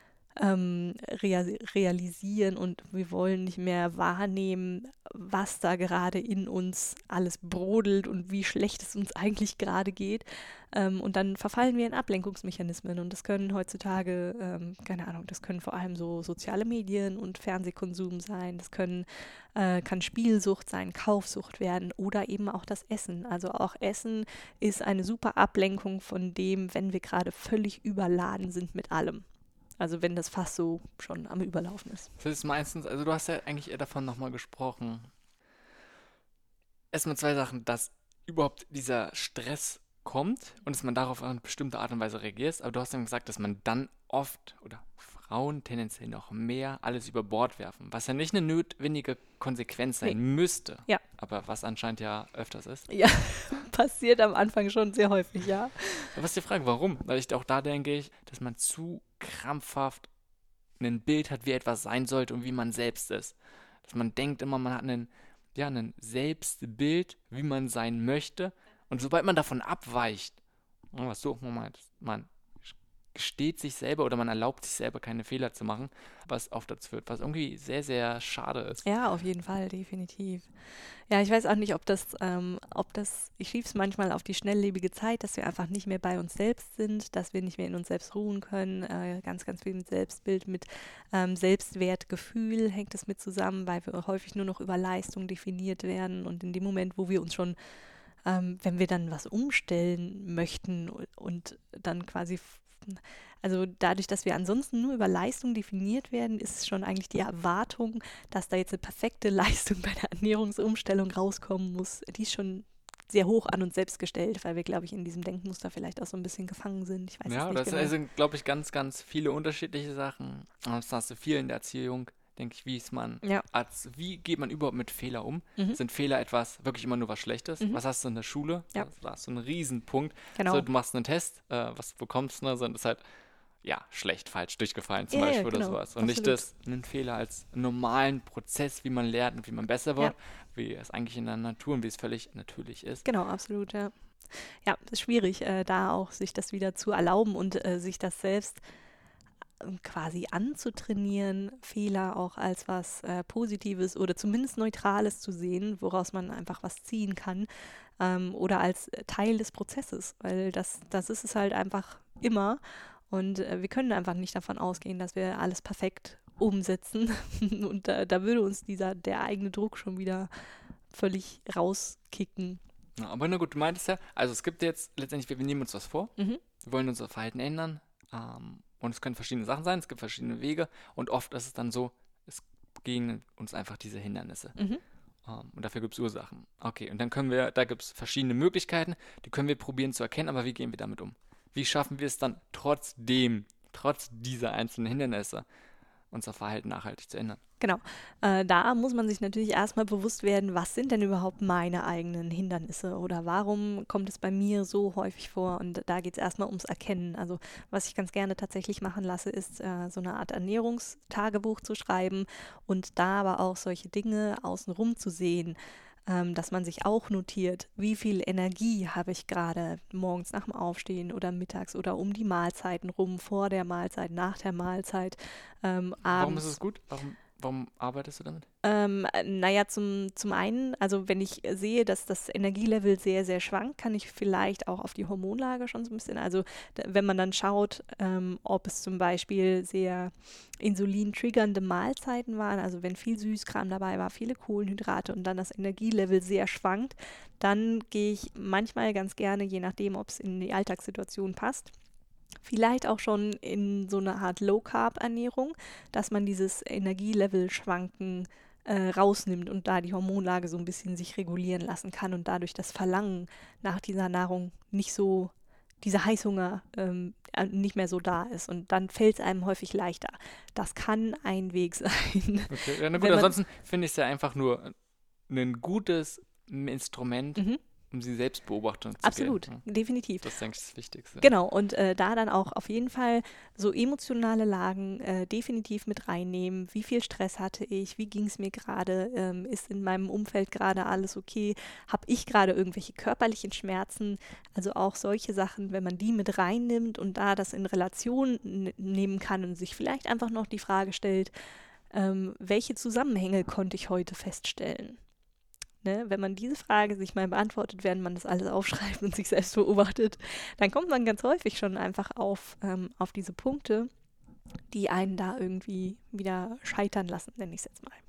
Ähm, rea- realisieren und wir wollen nicht mehr wahrnehmen, was da gerade in uns alles brodelt und wie schlecht es uns eigentlich gerade geht. Ähm, und dann verfallen wir in Ablenkungsmechanismen und das können heutzutage, ähm, keine Ahnung, das können vor allem so soziale Medien und Fernsehkonsum sein, das können, äh, kann Spielsucht sein, Kaufsucht werden oder eben auch das Essen. Also auch Essen ist eine super Ablenkung von dem, wenn wir gerade völlig überladen sind mit allem. Also wenn das Fass so schon am Überlaufen ist. Das ist meistens, also du hast ja eigentlich eher davon nochmal gesprochen. Erstmal zwei Sachen, dass überhaupt dieser Stress kommt und dass man darauf auf eine bestimmte Art und Weise reagiert. Aber du hast dann gesagt, dass man dann oft oder Frauen tendenziell noch mehr alles über Bord werfen, was ja nicht eine notwendige Konsequenz sein Nee. müsste, Ja. aber was anscheinend ja öfters ist. Ja, passiert am Anfang schon sehr häufig, ja. Aber was ist die Frage, warum? Weil ich auch da denke ich, dass man zu krampfhaft ein Bild hat, wie etwas sein sollte und wie man selbst ist. Dass man denkt immer, man hat einen, ja, ein Selbstbild, wie man sein möchte. Und sobald man davon abweicht, was du auch meinst, man gesteht sich selber oder man erlaubt sich selber keine Fehler zu machen, was oft dazu führt, was irgendwie sehr, sehr schade ist. Ja, auf jeden Fall, definitiv. Ja, ich weiß auch nicht, ob das, ähm, ob das, ich schiebe es manchmal auf die schnelllebige Zeit, dass wir einfach nicht mehr bei uns selbst sind, dass wir nicht mehr in uns selbst ruhen können. Äh, ganz, ganz viel mit Selbstbild, mit ähm, Selbstwertgefühl hängt es mit zusammen, weil wir häufig nur noch über Leistung definiert werden. Und in dem Moment, wo wir uns schon Ähm, wenn wir dann was umstellen möchten und, und dann quasi, f- also dadurch, dass wir ansonsten nur über Leistung definiert werden, ist schon eigentlich die Erwartung, dass da jetzt eine perfekte Leistung bei der Ernährungsumstellung rauskommen muss, die ist schon sehr hoch an uns selbst gestellt, weil wir, glaube ich, in diesem Denkmuster vielleicht auch so ein bisschen gefangen sind. Ich weiß Ja, es nicht das genau. sind, glaube ich, ganz, ganz viele unterschiedliche Sachen. Das hast du viel in der Erziehung, denke ich, wie ist man, Ja. als, wie geht man überhaupt mit Fehler um? Mhm. Sind Fehler etwas wirklich immer nur was Schlechtes? Mhm. Was hast du in der Schule? Ja. Da hast du einen Riesenpunkt. Genau. So, du machst einen Test, äh, was du bekommst, ne, sind es halt, ja, schlecht, falsch, durchgefallen zum Ja, ja, Beispiel oder genau. sowas. Und nicht Absolut. das, einen Fehler als normalen Prozess, wie man lernt und wie man besser wird, wie es eigentlich in der Natur und wie es völlig natürlich ist. Genau, absolut, ja. Ja, es ist schwierig, äh, da auch sich das wieder zu erlauben und äh, sich das selbst äh, quasi anzutrainieren, Fehler auch als was äh, Positives oder zumindest Neutrales zu sehen, woraus man einfach was ziehen kann ähm, oder als äh, Teil des Prozesses, weil das, das ist es halt einfach immer und äh, wir können einfach nicht davon ausgehen, dass wir alles perfekt umsetzen und da, da würde uns dieser, der eigene Druck schon wieder völlig rauskicken. Ja, aber na gut, du meintest ja, also es gibt jetzt letztendlich, wir, wir nehmen uns was vor, Mhm. wir wollen unser Verhalten ändern ähm, und es können verschiedene Sachen sein, es gibt verschiedene Wege und oft ist es dann so, es gegen uns einfach diese Hindernisse Mhm. ähm, und dafür gibt es Ursachen. Okay, und dann können wir, da gibt es verschiedene Möglichkeiten, die können wir probieren zu erkennen, aber wie gehen wir damit um? Wie schaffen wir es dann trotzdem, trotz dieser einzelnen Hindernisse, unser Verhalten nachhaltig zu ändern? Genau. Äh, da muss man sich natürlich erstmal bewusst werden, was sind denn überhaupt meine eigenen Hindernisse oder warum kommt es bei mir so häufig vor? Und da geht es erstmal ums Erkennen. Also was ich ganz gerne tatsächlich machen lasse, ist äh, so eine Art Ernährungstagebuch zu schreiben und da aber auch solche Dinge außenrum zu sehen. Ähm, dass man sich auch notiert, wie viel Energie habe ich gerade morgens nach dem Aufstehen oder mittags oder um die Mahlzeiten rum, vor der Mahlzeit, nach der Mahlzeit, ähm, abends. Warum ist es gut? Warum, warum arbeitest du damit? Ähm, naja, zum, zum einen, also wenn ich sehe, dass das Energielevel sehr, sehr schwankt, kann ich vielleicht auch auf die Hormonlage schon so ein bisschen, also da, wenn man dann schaut, ähm, ob es zum Beispiel sehr insulin-triggernde Mahlzeiten waren, also wenn viel Süßkram dabei war, viele Kohlenhydrate und dann das Energielevel sehr schwankt, dann gehe ich manchmal ganz gerne, je nachdem, ob es in die Alltagssituation passt, vielleicht auch schon in so eine Art Low-Carb-Ernährung, dass man dieses Energielevel-Schwanken äh, rausnimmt und da die Hormonlage so ein bisschen sich regulieren lassen kann und dadurch das Verlangen nach dieser Nahrung nicht so, dieser Heißhunger ähm, äh, nicht mehr so da ist. Und dann fällt es einem häufig leichter. Das kann ein Weg sein. Okay, ja, na gut, Wenn man- ansonsten finde ich es ja einfach nur ein gutes Instrument, Mhm. um sie selbst beobachten zu Absolut, gehen. definitiv. Das ist eigentlich das Wichtigste. Genau, und äh, da dann auch auf jeden Fall so emotionale Lagen äh, definitiv mit reinnehmen. Wie viel Stress hatte ich? Wie ging es mir gerade? Ähm, ist in meinem Umfeld gerade alles okay? Habe ich gerade irgendwelche körperlichen Schmerzen? Also auch solche Sachen, wenn man die mit reinnimmt und da das in Relation n- nehmen kann und sich vielleicht einfach noch die Frage stellt, ähm, welche Zusammenhänge konnte ich heute feststellen? Ne, wenn man diese Frage sich mal beantwortet, während man das alles aufschreibt und sich selbst beobachtet, dann kommt man ganz häufig schon einfach auf, ähm, auf diese Punkte, die einen da irgendwie wieder scheitern lassen, nenne ich es jetzt mal.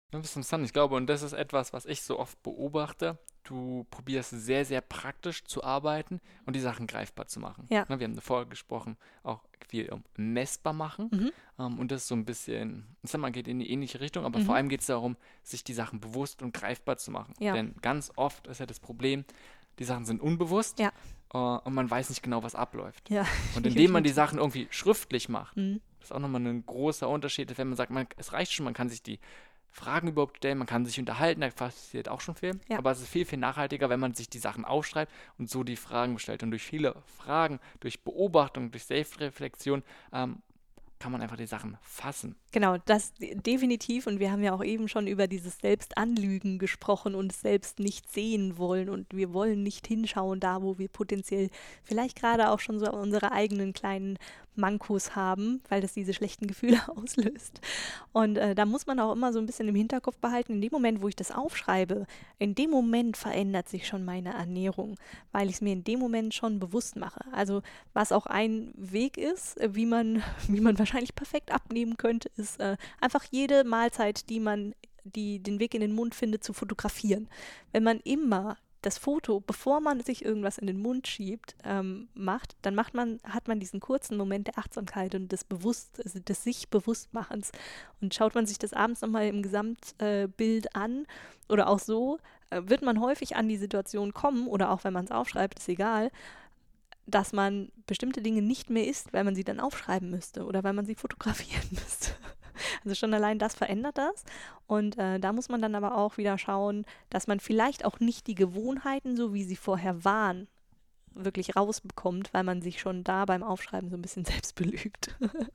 Das ist interessant, ich glaube, und das ist etwas, was ich so oft beobachte. Du probierst sehr, sehr praktisch zu arbeiten und die Sachen greifbar zu machen. Ja. Ne, wir haben vorher gesprochen, auch viel um messbar machen. Mhm. Ähm, und das ist so ein bisschen, ich sag mal, geht in die ähnliche Richtung, aber Mhm. vor allem geht es darum, sich die Sachen bewusst und greifbar zu machen. Ja. Denn ganz oft ist ja das Problem, die Sachen sind unbewusst Ja. äh, und man weiß nicht genau, was abläuft. Ja. Und indem man die Sachen irgendwie schriftlich macht, Mhm. das ist auch nochmal ein großer Unterschied, wenn man sagt, man, es reicht schon, man kann sich die Fragen überhaupt stellen, man kann sich unterhalten, da passiert auch schon viel. Ja. Aber es ist viel, viel nachhaltiger, wenn man sich die Sachen aufschreibt und so die Fragen stellt. Und durch viele Fragen, durch Beobachtung, durch Selbstreflexion ähm, kann man einfach die Sachen fassen. Genau, das definitiv. Und wir haben ja auch eben schon über dieses Selbstanlügen gesprochen und es selbst nicht sehen wollen. Und wir wollen nicht hinschauen da, wo wir potenziell vielleicht gerade auch schon so unsere eigenen kleinen Mankos haben, weil das diese schlechten Gefühle auslöst. Und äh, da muss man auch immer so ein bisschen im Hinterkopf behalten, in dem Moment, wo ich das aufschreibe, in dem Moment verändert sich schon meine Ernährung, weil ich es mir in dem Moment schon bewusst mache. Also was auch ein Weg ist, wie man, wie man wahrscheinlich perfekt abnehmen könnte, ist äh, einfach jede Mahlzeit, die man, die den Weg in den Mund findet, zu fotografieren. Wenn man immer das Foto, bevor man sich irgendwas in den Mund schiebt, ähm, macht, dann macht man, hat man diesen kurzen Moment der Achtsamkeit und des Bewusst, also des sich Bewusstmachens. Und schaut man sich das abends nochmal im Gesamtbild äh, an oder auch so, äh, wird man häufig an die Situation kommen, oder auch wenn man es aufschreibt, ist egal, dass man bestimmte Dinge nicht mehr isst, weil man sie dann aufschreiben müsste oder weil man sie fotografieren müsste. Also schon allein das verändert das. Und äh, da muss man dann aber auch wieder schauen, dass man vielleicht auch nicht die Gewohnheiten, so wie sie vorher waren, wirklich rausbekommt, weil man sich schon da beim Aufschreiben so ein bisschen selbst belügt.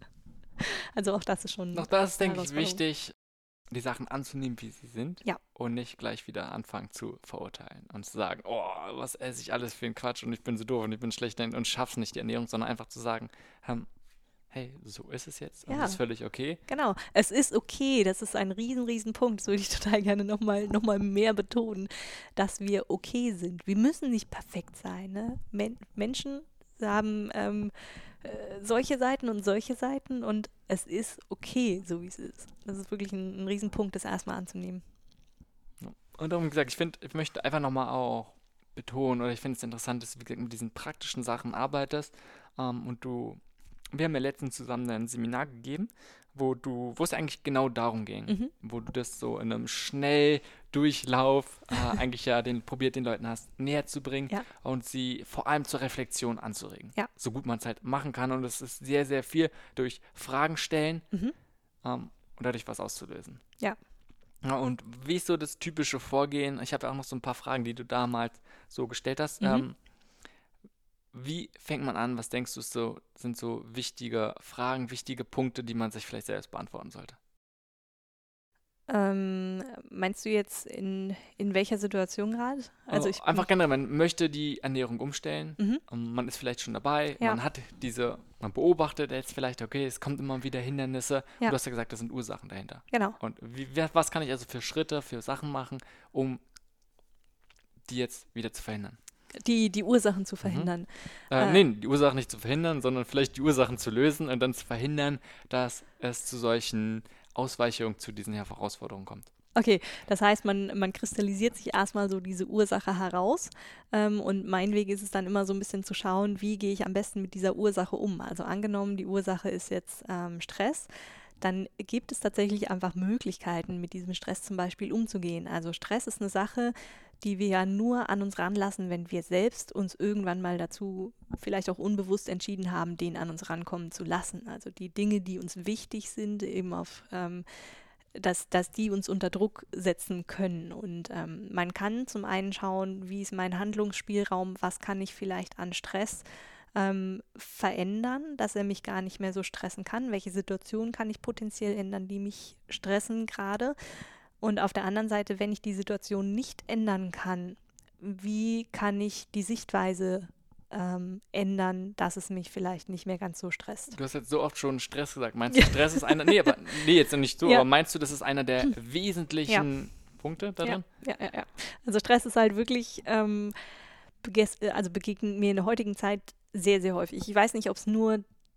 Also auch das ist schon Noch das ist, eine denke ich, Herausforderung. wichtig, die Sachen anzunehmen, wie sie sind. Ja. Und nicht gleich wieder anfangen zu verurteilen und zu sagen, oh, was esse ich alles für einen Quatsch und ich bin so doof und ich bin schlecht und schaff's nicht, die Ernährung, sondern einfach zu sagen, ähm, hey, so ist es jetzt und Ja. das ist völlig okay. Genau, es ist okay, das ist ein riesen, riesen Punkt, das würde ich total gerne nochmal noch mal mehr betonen, dass wir okay sind. Wir müssen nicht perfekt sein. Ne? Men- Menschen haben ähm, äh, solche Seiten und solche Seiten und es ist okay, so wie es ist. Das ist wirklich ein, ein Riesenpunkt, das erstmal anzunehmen. Und darum gesagt, ich finde, ich möchte einfach nochmal auch betonen, oder ich finde es interessant, dass du, wie gesagt, mit diesen praktischen Sachen arbeitest ähm, und du, wir haben ja letztens zusammen ein Seminar gegeben, wo du, wo es eigentlich genau darum ging, Mhm. wo du das so in einem Schnelldurchlauf äh, eigentlich ja den, probiert den Leuten hast, näher zu bringen Ja. und sie vor allem zur Reflexion anzuregen. Ja. So gut man es halt machen kann und es ist sehr, sehr viel durch Fragen stellen Mhm. ähm, und dadurch was auszulösen. Ja. Ja, und wie ist so das typische Vorgehen? Ich habe ja auch noch so ein paar Fragen, die du damals so gestellt hast. Mhm. Ähm, wie fängt man an? Was denkst du, ist so, sind so wichtige Fragen, wichtige Punkte, die man sich vielleicht selbst beantworten sollte? Ähm, meinst du jetzt in, in welcher Situation gerade? Also ich einfach generell, man möchte die Ernährung umstellen. Mhm. Ähm, man ist vielleicht schon dabei. Ja. Man hat diese, man beobachtet jetzt vielleicht, okay, es kommt immer wieder Hindernisse. Ja. Und du hast ja gesagt, das sind Ursachen dahinter. Genau. Und wie, wer- was kann ich also für Schritte, für Sachen machen, um die jetzt wieder zu verhindern? Die, die Ursachen zu verhindern. Äh, Äh. nee, die Ursachen nicht zu verhindern, sondern vielleicht die Ursachen zu lösen und dann zu verhindern, dass es zu solchen Ausweichungen, zu diesen Herausforderungen kommt. Okay, das heißt, man, man kristallisiert sich erstmal so diese Ursache heraus ähm, und mein Weg ist es dann immer so ein bisschen zu schauen, wie gehe ich am besten mit dieser Ursache um. Also angenommen, die Ursache ist jetzt ähm, Stress, dann gibt es tatsächlich einfach Möglichkeiten, mit diesem Stress zum Beispiel umzugehen. Also Stress ist eine Sache, die wir ja nur an uns ranlassen, wenn wir selbst uns irgendwann mal dazu vielleicht auch unbewusst entschieden haben, den an uns rankommen zu lassen. Also die Dinge, die uns wichtig sind, eben auf, ähm, dass, dass die uns unter Druck setzen können. Und ähm, man kann zum einen schauen, wie ist mein Handlungsspielraum, was kann ich vielleicht an Stress ähm, verändern, dass er mich gar nicht mehr so stressen kann, welche Situationen kann ich potenziell ändern, die mich stressen gerade. Und auf der anderen Seite, wenn ich die Situation nicht ändern kann, wie kann ich die Sichtweise ähm, ändern, dass es mich vielleicht nicht mehr ganz so stresst? Du hast jetzt so oft schon Stress gesagt. Meinst du, Stress ist einer, nee, aber, nee, jetzt nicht so, Ja. aber meinst du, das ist einer der wesentlichen Punkte darin? Ja, ja, ja. Also Stress ist halt wirklich, ähm, beges- also begegnet mir in der heutigen Zeit sehr, sehr häufig. Ich weiß nicht, ob es nur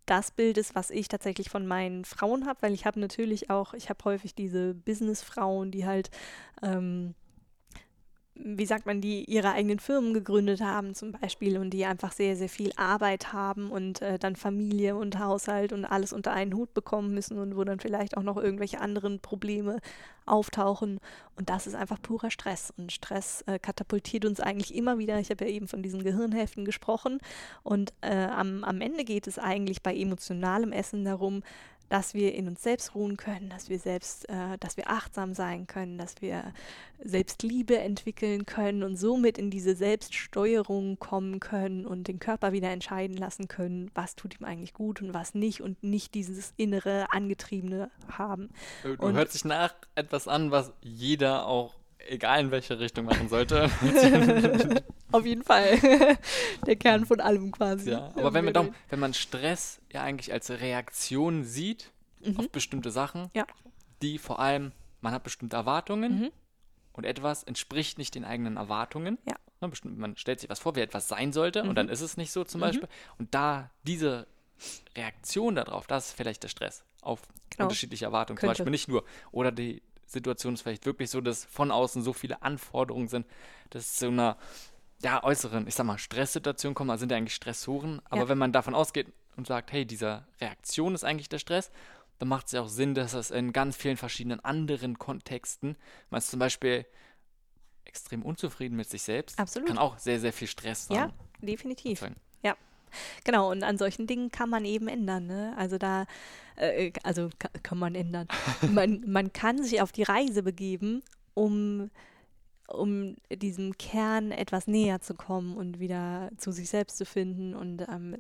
das Bild ist, was ich tatsächlich von meinen Frauen habe, weil ich habe natürlich auch, ich habe häufig diese Businessfrauen, die halt ähm, wie sagt man, die ihre eigenen Firmen gegründet haben zum Beispiel und die einfach sehr, sehr viel Arbeit haben und äh, dann Familie und Haushalt und alles unter einen Hut bekommen müssen und wo dann vielleicht auch noch irgendwelche anderen Probleme auftauchen. Und das ist einfach purer Stress. Und Stress äh, katapultiert uns eigentlich immer wieder. Ich habe ja eben von diesen Gehirnhälften gesprochen. Und äh, am, am Ende geht es eigentlich bei emotionalem Essen darum, dass wir in uns selbst ruhen können, dass wir selbst, äh, dass wir achtsam sein können, dass wir Selbstliebe entwickeln können und somit in diese Selbststeuerung kommen können und den Körper wieder entscheiden lassen können, was tut ihm eigentlich gut und was nicht und nicht dieses innere Angetriebene haben. Du Und hört sich nach etwas an, was jeder auch, egal in welche Richtung, machen sollte. auf jeden Fall. Der Kern von allem quasi. Ja, aber wenn man, doch, wenn man Stress ja eigentlich als Reaktion sieht Mhm. auf bestimmte Sachen, Ja. die vor allem, man hat bestimmte Erwartungen Mhm. und etwas entspricht nicht den eigenen Erwartungen. Ja. Ne, bestimmt, man stellt sich was vor, wie etwas sein sollte Mhm. und dann ist es nicht so zum Mhm. Beispiel. Und da diese Reaktion darauf, das ist vielleicht der Stress auf Genau. unterschiedliche Erwartungen. Könnte. Zum Beispiel nicht nur, oder die Situation ist vielleicht wirklich so, dass von außen so viele Anforderungen sind, dass es zu einer ja, äußeren, ich sag mal, Stresssituation kommen, also sind ja eigentlich Stressoren, aber Ja. wenn man davon ausgeht und sagt, hey, diese Reaktion ist eigentlich der Stress, dann macht es ja auch Sinn, dass es in ganz vielen verschiedenen anderen Kontexten, man ist zum Beispiel extrem unzufrieden mit sich selbst, Absolut. kann auch sehr, sehr viel Stress Ja, sein. definitiv. erzeugen. Genau, und an solchen Dingen kann man eben ändern, ne? Also da, äh, also ka- kann man ändern. Man, man kann sich auf die Reise begeben, um, um diesem Kern etwas näher zu kommen und wieder zu sich selbst zu finden. Und ähm,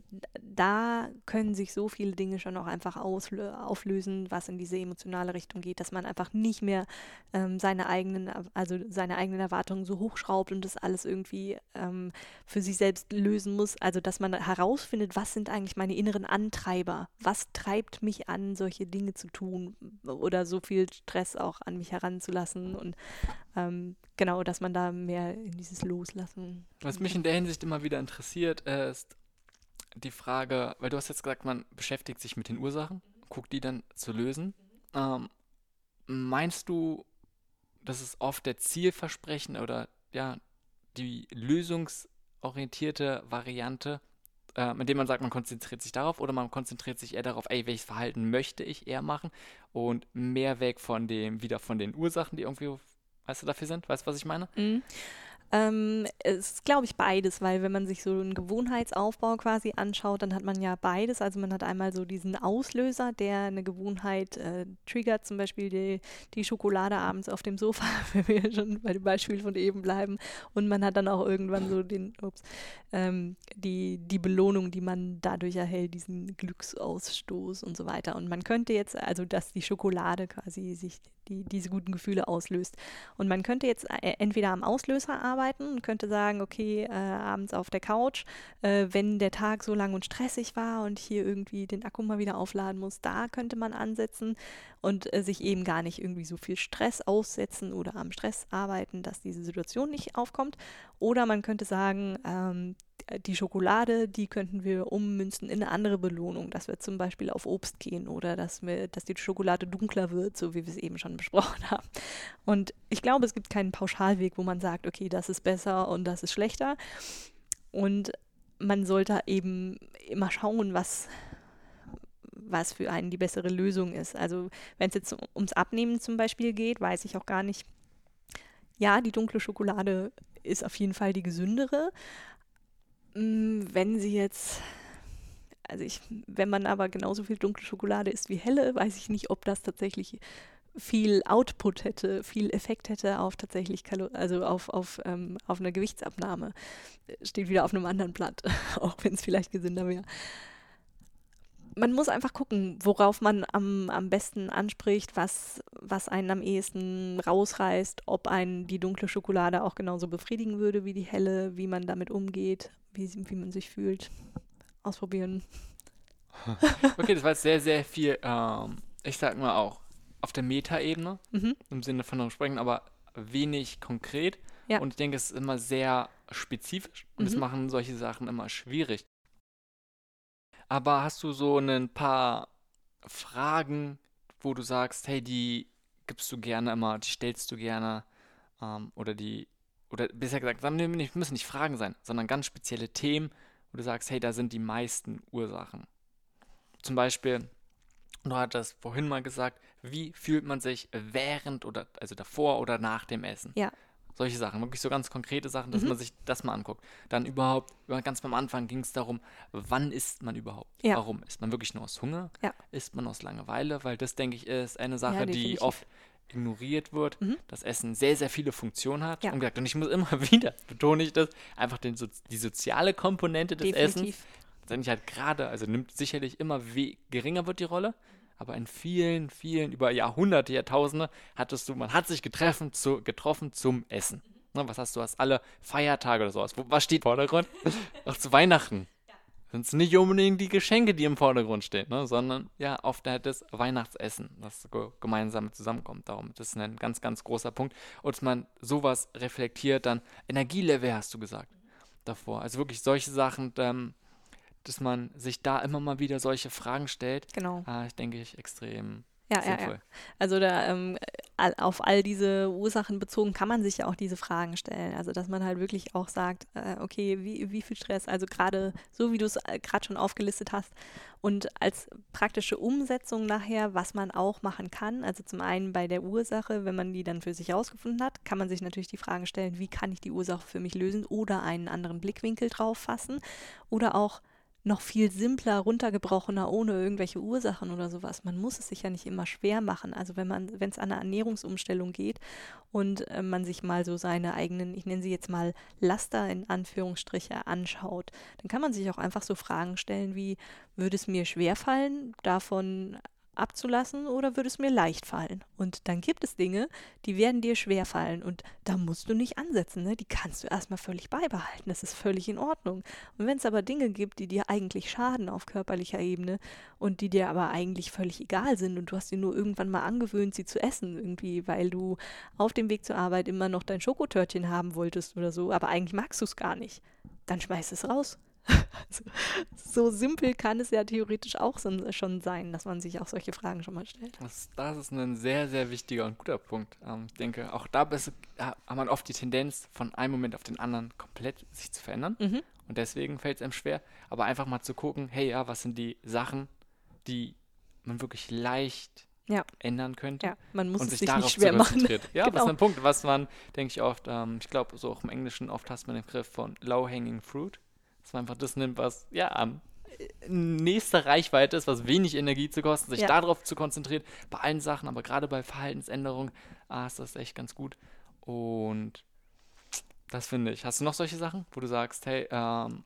da können sich so viele Dinge schon auch einfach auslö auflösen, was in diese emotionale Richtung geht, dass man einfach nicht mehr ähm, seine eigenen, also seine eigenen Erwartungen so hochschraubt und das alles irgendwie ähm, für sich selbst lösen muss. Also dass man herausfindet, was sind eigentlich meine inneren Antreiber? Was treibt mich an, solche Dinge zu tun oder so viel Stress auch an mich heranzulassen und ähm, genau, dass man da mehr in dieses Loslassen. Was mich in der Hinsicht immer wieder interessiert, ist die Frage, weil du hast jetzt gesagt, man beschäftigt sich mit den Ursachen, guckt die dann zu lösen. Ähm, meinst du, das ist oft der Zielversprechen oder ja, die lösungsorientierte Variante, äh, indem man sagt, man konzentriert sich darauf oder man konzentriert sich eher darauf, ey, welches Verhalten möchte ich eher machen und mehr weg von dem, wieder von den Ursachen, die irgendwie, weißt du, dafür sind? Weißt du, was ich meine? Mhm. Ähm, es ist, glaube ich, beides, weil wenn man sich so einen Gewohnheitsaufbau quasi anschaut, dann hat man ja beides. Also man hat einmal so diesen Auslöser, der eine Gewohnheit äh, triggert, zum Beispiel die, die Schokolade abends auf dem Sofa, wenn wir schon bei dem Beispiel von eben bleiben. Und man hat dann auch irgendwann so den, ups, ähm, die, die Belohnung, die man dadurch erhält, diesen Glücksausstoß und so weiter. Und man könnte jetzt, also dass die Schokolade quasi sich die, diese guten Gefühle auslöst. Und man könnte jetzt äh, entweder am Auslöser arbeiten und könnte sagen, okay, äh, abends auf der Couch, äh, wenn der Tag so lang und stressig war und hier irgendwie den Akku mal wieder aufladen muss, da könnte man ansetzen und äh, sich eben gar nicht irgendwie so viel Stress aussetzen oder am Stress arbeiten, dass diese Situation nicht aufkommt. Oder man könnte sagen, ähm, die Schokolade, die könnten wir ummünzen in eine andere Belohnung, dass wir zum Beispiel auf Obst gehen oder dass, wir, dass die Schokolade dunkler wird, so wie wir es eben schon besprochen haben. Und ich glaube, es gibt keinen Pauschalweg, wo man sagt, okay, das ist besser und das ist schlechter. Und man sollte eben immer schauen, was, was für einen die bessere Lösung ist. Also wenn es jetzt ums Abnehmen zum Beispiel geht, weiß ich auch gar nicht, ja, die dunkle Schokolade ist auf jeden Fall die gesündere. Wenn sie jetzt, also ich, wenn man aber genauso viel dunkle Schokolade isst wie helle, weiß ich nicht, ob das tatsächlich viel Output hätte, viel Effekt hätte auf tatsächlich, Kalo- also auf, auf, ähm, auf eine Gewichtsabnahme. Steht wieder auf einem anderen Blatt, auch wenn es vielleicht gesünder wäre. Man muss einfach gucken, worauf man am, am besten anspricht, was, was einen am ehesten rausreißt, ob einen die dunkle Schokolade auch genauso befriedigen würde wie die helle, wie man damit umgeht, wie, wie man sich fühlt. Ausprobieren. Okay, das war jetzt sehr, sehr viel, ähm, ich sag mal auch, auf der Metaebene, Mhm. im Sinne von Sprechen, aber wenig konkret. Ja. Und ich denke, es ist immer sehr spezifisch und es Mhm. machen solche Sachen immer schwierig. Aber hast du so ein paar Fragen, wo du sagst, hey, die gibst du gerne immer, die stellst du gerne, ähm, oder die, oder besser gesagt, sagen wir nicht- müssen nicht Fragen sein, sondern ganz spezielle Themen, wo du sagst, hey, da sind die meisten Ursachen. Zum Beispiel, du hattest vorhin mal gesagt, wie fühlt man sich während oder, also davor oder nach dem Essen? Ja. Solche Sachen, wirklich so ganz konkrete Sachen, dass Mhm. man sich das mal anguckt. Dann überhaupt, ganz am Anfang ging es darum, wann isst man überhaupt? Ja. Warum? Isst man wirklich nur aus Hunger? Ja. Isst man aus Langeweile? Weil das, denke ich, ist eine Ja, Sache, die definitiv. oft ignoriert wird, Mhm. dass Essen sehr, sehr viele Funktionen hat. Ja. Und gesagt, und ich muss immer wieder, betone ich das, einfach den, so, die soziale Komponente des Essens, Definitiv. wenn ich halt gerade, also nimmt sicherlich immer we geringer wird die Rolle, aber in vielen, vielen, über Jahrhunderte, Jahrtausende hattest du, man hat sich getroffen, zu, getroffen zum Essen. Ne, was hast du? Hast alle Feiertage oder sowas. Wo, was steht im Vordergrund? Auch zu Weihnachten. Sind es nicht unbedingt die Geschenke, die im Vordergrund stehen, ne, sondern ja, oft halt das Weihnachtsessen, das ge gemeinsam zusammenkommt. Darum, das ist ein ganz, ganz großer Punkt. Und dass man sowas reflektiert, dann Energielevel, hast du gesagt, davor. Also wirklich solche Sachen, ähm, dass man sich da immer mal wieder solche Fragen stellt, Genau. äh, ich denke ich, extrem Ja, ja, sinnvoll. ja. Also da ähm, all, auf all diese Ursachen bezogen kann man sich ja auch diese Fragen stellen. Also dass man halt wirklich auch sagt, äh, okay, wie, wie viel Stress, also gerade so, wie du es äh, gerade schon aufgelistet hast. Und als praktische Umsetzung nachher, was man auch machen kann, also zum einen bei der Ursache, wenn man die dann für sich herausgefunden hat, kann man sich natürlich die Fragen stellen, wie kann ich die Ursache für mich lösen oder einen anderen Blickwinkel drauf fassen oder auch noch viel simpler, runtergebrochener, ohne irgendwelche Ursachen oder sowas. Man muss es sich ja nicht immer schwer machen. Also wenn man, wenn es an eine Ernährungsumstellung geht und äh, man sich mal so seine eigenen, ich nenne sie jetzt mal Laster in Anführungsstriche anschaut, dann kann man sich auch einfach so Fragen stellen wie, würde es mir schwerfallen, davon abzulassen oder würde es mir leicht fallen? Und dann gibt es Dinge, die werden dir schwerfallen und da musst du nicht ansetzen, ne? Die kannst du erstmal völlig beibehalten, das ist völlig in Ordnung. Und wenn es aber Dinge gibt, die dir eigentlich schaden auf körperlicher Ebene und die dir aber eigentlich völlig egal sind und du hast dir nur irgendwann mal angewöhnt, sie zu essen, irgendwie, weil du auf dem Weg zur Arbeit immer noch dein Schokotörtchen haben wolltest oder so, aber eigentlich magst du es gar nicht, dann schmeiß es raus. Also, so simpel kann es ja theoretisch auch so, schon sein, dass man sich auch solche Fragen schon mal stellt. Das, das ist ein sehr, sehr wichtiger und guter Punkt. Ähm, ich denke, auch da bist, ja, hat man oft die Tendenz, von einem Moment auf den anderen komplett sich zu verändern. Mhm. Und deswegen fällt es einem schwer. Aber einfach mal zu gucken, hey, ja, was sind die Sachen, die man wirklich leicht Ja. ändern könnte? Ja, man muss und es sich sich darauf nicht schwer zu machen. konzentrieren. Ja, Genau. was ist ein Punkt, was man, denke ich oft, ähm, ich glaube, so auch im Englischen oft hast man den Begriff von low-hanging fruit, dass man einfach das nimmt, was ja am nächster Reichweite ist, was wenig Energie zu kosten, sich Ja. darauf zu konzentrieren, bei allen Sachen, aber gerade bei Verhaltensänderungen, ah, ist das echt ganz gut. Und das finde ich. Hast du noch solche Sachen, wo du sagst, hey, ähm,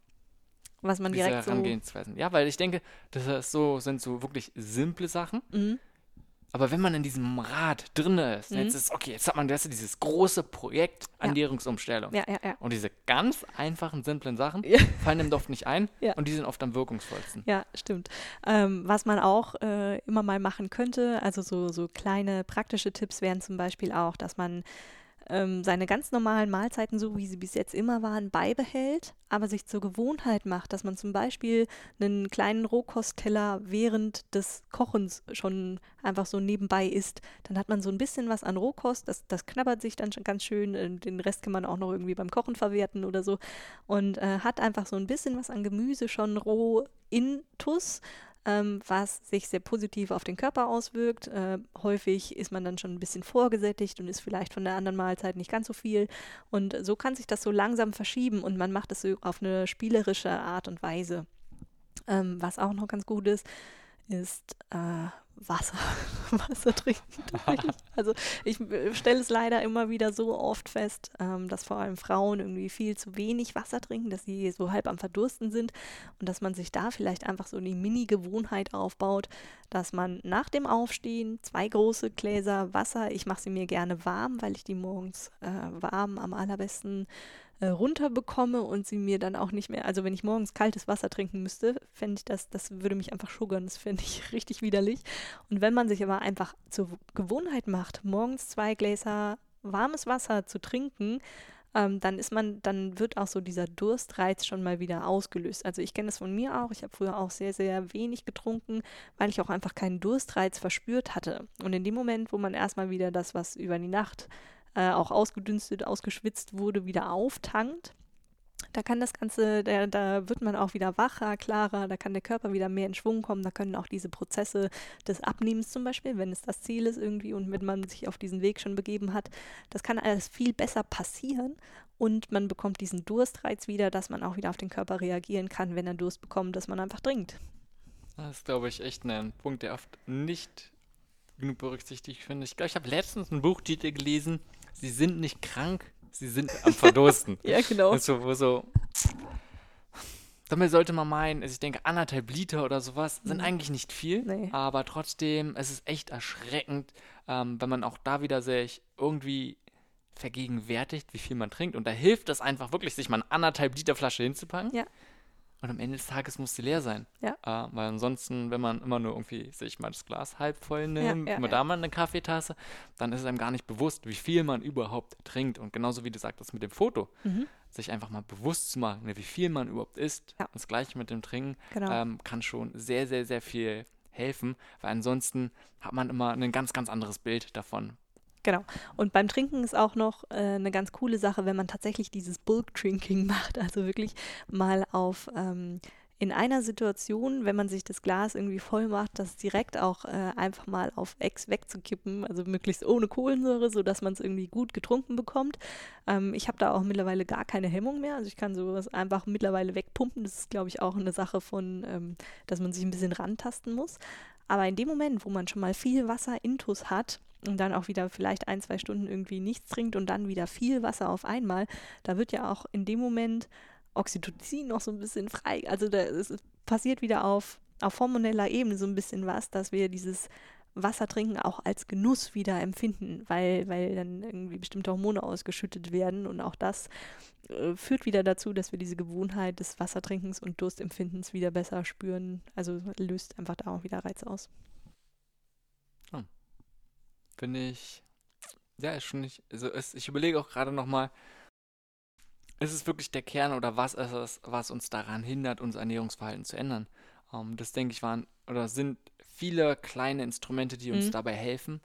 Was man diese direkt so... Herangehensweisen? Ja, weil ich denke, das ist so, sind so wirklich simple Sachen. Mhm. Aber wenn man in diesem Rad drin ist, Mhm. jetzt ist, okay, jetzt hat man das, dieses große Projekt Ernährungsumstellung. Ja, ja, ja. Und diese ganz einfachen, simplen Sachen Ja. fallen dem oft nicht ein Ja. und die sind oft am wirkungsvollsten. Ja, stimmt. Ähm, was man auch äh, immer mal machen könnte, also so, so kleine praktische Tipps wären zum Beispiel auch, dass man ähm, seine ganz normalen Mahlzeiten, so wie sie bis jetzt immer waren, beibehält, aber sich zur Gewohnheit macht, dass man zum Beispiel einen kleinen Rohkostteller während des Kochens schon einfach so nebenbei isst. Dann hat man so ein bisschen was an Rohkost, das, das knabbert sich dann schon ganz schön, äh, den Rest kann man auch noch irgendwie beim Kochen verwerten oder so und äh, hat einfach so ein bisschen was an Gemüse schon roh intus, ähm, was sich sehr positiv auf den Körper auswirkt. Äh, häufig ist man dann schon ein bisschen vorgesättigt und ist vielleicht von der anderen Mahlzeit nicht ganz so viel. Und so kann sich das so langsam verschieben und man macht es so auf eine spielerische Art und Weise. Ähm, was auch noch ganz gut ist, ist äh, Wasser. Wasser trinken. tatsächlich. Also ich äh, stelle es leider immer wieder so oft fest, ähm, dass vor allem Frauen irgendwie viel zu wenig Wasser trinken, dass sie so halb am Verdursten sind und dass man sich da vielleicht einfach so die Mini-Gewohnheit aufbaut, dass man nach dem Aufstehen zwei große Gläser Wasser, ich mache sie mir gerne warm, weil ich die morgens äh, warm am allerbesten äh, runterbekomme und sie mir dann auch nicht mehr, also wenn ich morgens kaltes Wasser trinken müsste, fände ich das, das würde mich einfach sugern, das fände ich richtig widerlich. Und wenn man sich aber einfach zur Gewohnheit macht, morgens zwei Gläser warmes Wasser zu trinken, ähm, dann ist man, dann wird auch so dieser Durstreiz schon mal wieder ausgelöst. Also ich kenne das von mir auch. Ich habe früher auch sehr, sehr wenig getrunken, weil ich auch einfach keinen Durstreiz verspürt hatte. Und in dem Moment, wo man erstmal wieder das, was über die Nacht äh, auch ausgedünstet, ausgeschwitzt wurde, wieder auftankt, da kann das Ganze, da, da wird man auch wieder wacher, klarer, da kann der Körper wieder mehr in Schwung kommen, da können auch diese Prozesse des Abnehmens zum Beispiel, wenn es das Ziel ist irgendwie und wenn man sich auf diesen Weg schon begeben hat, das kann alles viel besser passieren und man bekommt diesen Durstreiz wieder, dass man auch wieder auf den Körper reagieren kann, wenn er Durst bekommt, dass man einfach trinkt. Das ist, glaube ich, echt ein Punkt, der oft nicht genug berücksichtigt finde. Ich glaube, ich habe letztens einen Buchtitel gelesen, Sie sind nicht krank, Sie sind am Verdursten. Ja, genau. Also, wo so, damit sollte man meinen, also ich denke, anderthalb Liter oder sowas sind Mhm. eigentlich nicht viel, Nee. aber trotzdem, es ist echt erschreckend, ähm, wenn man auch da wieder sich irgendwie vergegenwärtigt, wie viel man trinkt. Und da hilft es einfach wirklich, sich mal eine anderthalb Liter Flasche hinzupacken. Ja. Und am Ende des Tages muss sie leer sein. Ja. Äh, weil ansonsten, wenn man immer nur irgendwie sich mal das Glas halb voll nimmt, Ja, ja, mal ja. da mal eine Kaffeetasse, dann ist es einem gar nicht bewusst, wie viel man überhaupt trinkt. Und genauso wie du sagtest mit dem Foto, Mhm. sich einfach mal bewusst zu machen, ne, wie viel man überhaupt isst. Ja. Das Gleiche mit dem Trinken Genau. ähm, kann schon sehr, sehr, sehr viel helfen, weil ansonsten hat man immer ein ganz, ganz anderes Bild davon. Genau. Und beim Trinken ist auch noch äh, eine ganz coole Sache, wenn man tatsächlich dieses Bulk-Drinking macht. Also wirklich mal auf ähm, in einer Situation, wenn man sich das Glas irgendwie voll macht, das direkt auch äh, einfach mal auf Ex wegzukippen, also möglichst ohne Kohlensäure, sodass man es irgendwie gut getrunken bekommt. Ähm, ich habe da auch mittlerweile gar keine Hemmung mehr. Also ich kann sowas einfach mittlerweile wegpumpen. Das ist, glaube ich, auch eine Sache von, ähm, dass man sich ein bisschen rantasten muss. Aber in dem Moment, wo man schon mal viel Wasser intus hat, und dann auch wieder vielleicht ein, zwei Stunden irgendwie nichts trinkt und dann wieder viel Wasser auf einmal, da wird ja auch in dem Moment Oxytocin noch so ein bisschen frei. Also da es passiert wieder auf, auf hormoneller Ebene so ein bisschen was, dass wir dieses Wassertrinken auch als Genuss wieder empfinden, weil, weil dann irgendwie bestimmte Hormone ausgeschüttet werden und auch das äh, führt wieder dazu, dass wir diese Gewohnheit des Wassertrinkens und Durstempfindens wieder besser spüren. Also löst einfach da auch wieder Reiz aus. Finde ich, ja, ist schon nicht, also es, ich überlege auch gerade nochmal, ist es wirklich der Kern oder was ist es, was uns daran hindert, unser Ernährungsverhalten zu ändern? Ähm, das denke ich waren oder sind viele kleine Instrumente, die uns Mhm. dabei helfen.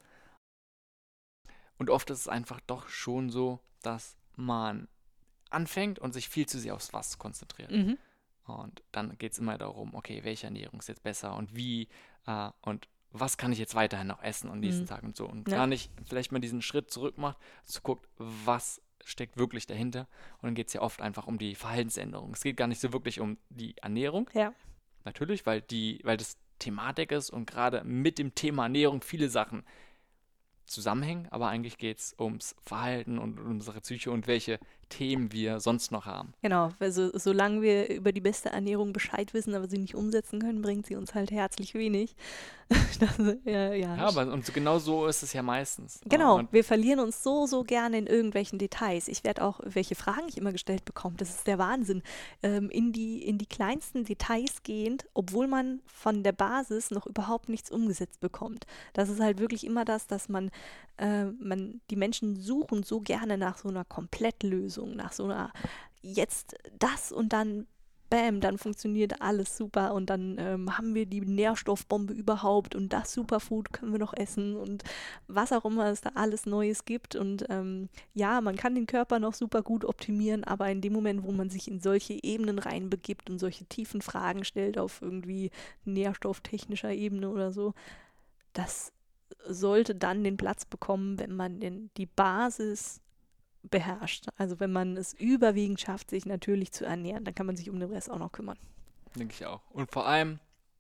Und oft ist es einfach doch schon so, dass man anfängt und sich viel zu sehr aufs Was konzentriert. Mhm. Und dann geht es immer darum, okay, welche Ernährung ist jetzt besser und wie äh, und was kann ich jetzt weiterhin noch essen am nächsten Mhm. Tag und so. Und Ja. gar nicht vielleicht mal diesen Schritt zurück macht, zu guckt, was steckt wirklich dahinter. Und dann geht es ja oft einfach um die Verhaltensänderung. Es geht gar nicht so wirklich um die Ernährung. Ja. Natürlich, weil die, weil das Thematik ist und gerade mit dem Thema Ernährung viele Sachen zusammenhängen, aber eigentlich geht es ums Verhalten und unsere Psyche und welche Themen wir sonst noch haben. Genau, also solange wir über die beste Ernährung Bescheid wissen, aber sie nicht umsetzen können, bringt sie uns halt herzlich wenig. Das, ja, ja. Ja, aber und so, genau so ist es ja meistens. Genau, Und wir verlieren uns so, so gerne in irgendwelchen Details. Ich werde auch, welche Fragen ich immer gestellt bekomme, das ist der Wahnsinn, ähm, in die, in die kleinsten Details gehend, obwohl man von der Basis noch überhaupt nichts umgesetzt bekommt. Das ist halt wirklich immer das, dass man, äh, man, die Menschen suchen so gerne nach so einer Komplettlösung, nach so einer, jetzt das und dann bam, dann funktioniert alles super und dann ähm, haben wir die Nährstoffbombe überhaupt und das Superfood können wir noch essen und was auch immer es da alles Neues gibt. Und ähm, ja, man kann den Körper noch super gut optimieren, aber in dem Moment, wo man sich in solche Ebenen reinbegibt und solche tiefen Fragen stellt auf irgendwie nährstofftechnischer Ebene oder so, das sollte dann den Platz bekommen, wenn man den, die Basis beherrscht. Also wenn man es überwiegend schafft, sich natürlich zu ernähren, dann kann man sich um den Rest auch noch kümmern. denke ich auch. Und vor allem,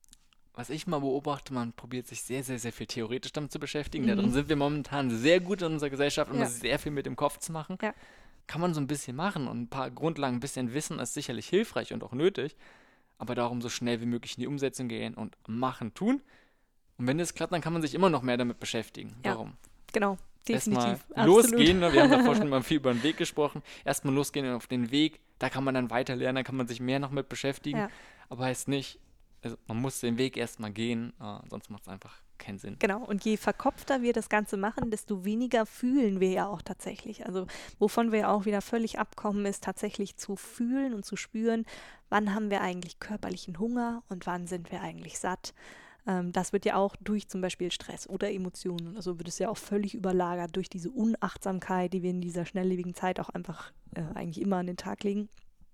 was ich mal beobachte, man probiert sich sehr, sehr, sehr viel theoretisch damit zu beschäftigen. Mhm. Darin sind wir momentan sehr gut in unserer Gesellschaft, immer Ja. sehr viel mit dem Kopf zu machen. Ja. Kann man so ein bisschen machen und ein paar Grundlagen, ein bisschen Wissen ist sicherlich hilfreich und auch nötig, aber darum so schnell wie möglich in die Umsetzung gehen und machen, tun. Und wenn das klappt, dann kann man sich immer noch mehr damit beschäftigen. Ja. Darum. Genau, Erstmal definitiv. Absolut. losgehen, ne? Wir haben davor schon mal viel über den Weg gesprochen. Erstmal losgehen und auf den Weg, da kann man dann weiter lernen, da kann man sich mehr noch mit beschäftigen. Ja. Aber heißt nicht, also man muss den Weg erstmal gehen, äh, sonst macht es einfach keinen Sinn. Genau, und je verkopfter wir das Ganze machen, desto weniger fühlen wir ja auch tatsächlich. Also wovon wir auch wieder völlig abkommen, ist tatsächlich zu fühlen und zu spüren, wann haben wir eigentlich körperlichen Hunger und wann sind wir eigentlich satt. Ähm, das wird ja auch durch zum Beispiel Stress oder Emotionen, also wird es ja auch völlig überlagert durch diese Unachtsamkeit, die wir in dieser schnelllebigen Zeit auch einfach äh, eigentlich immer an den Tag legen.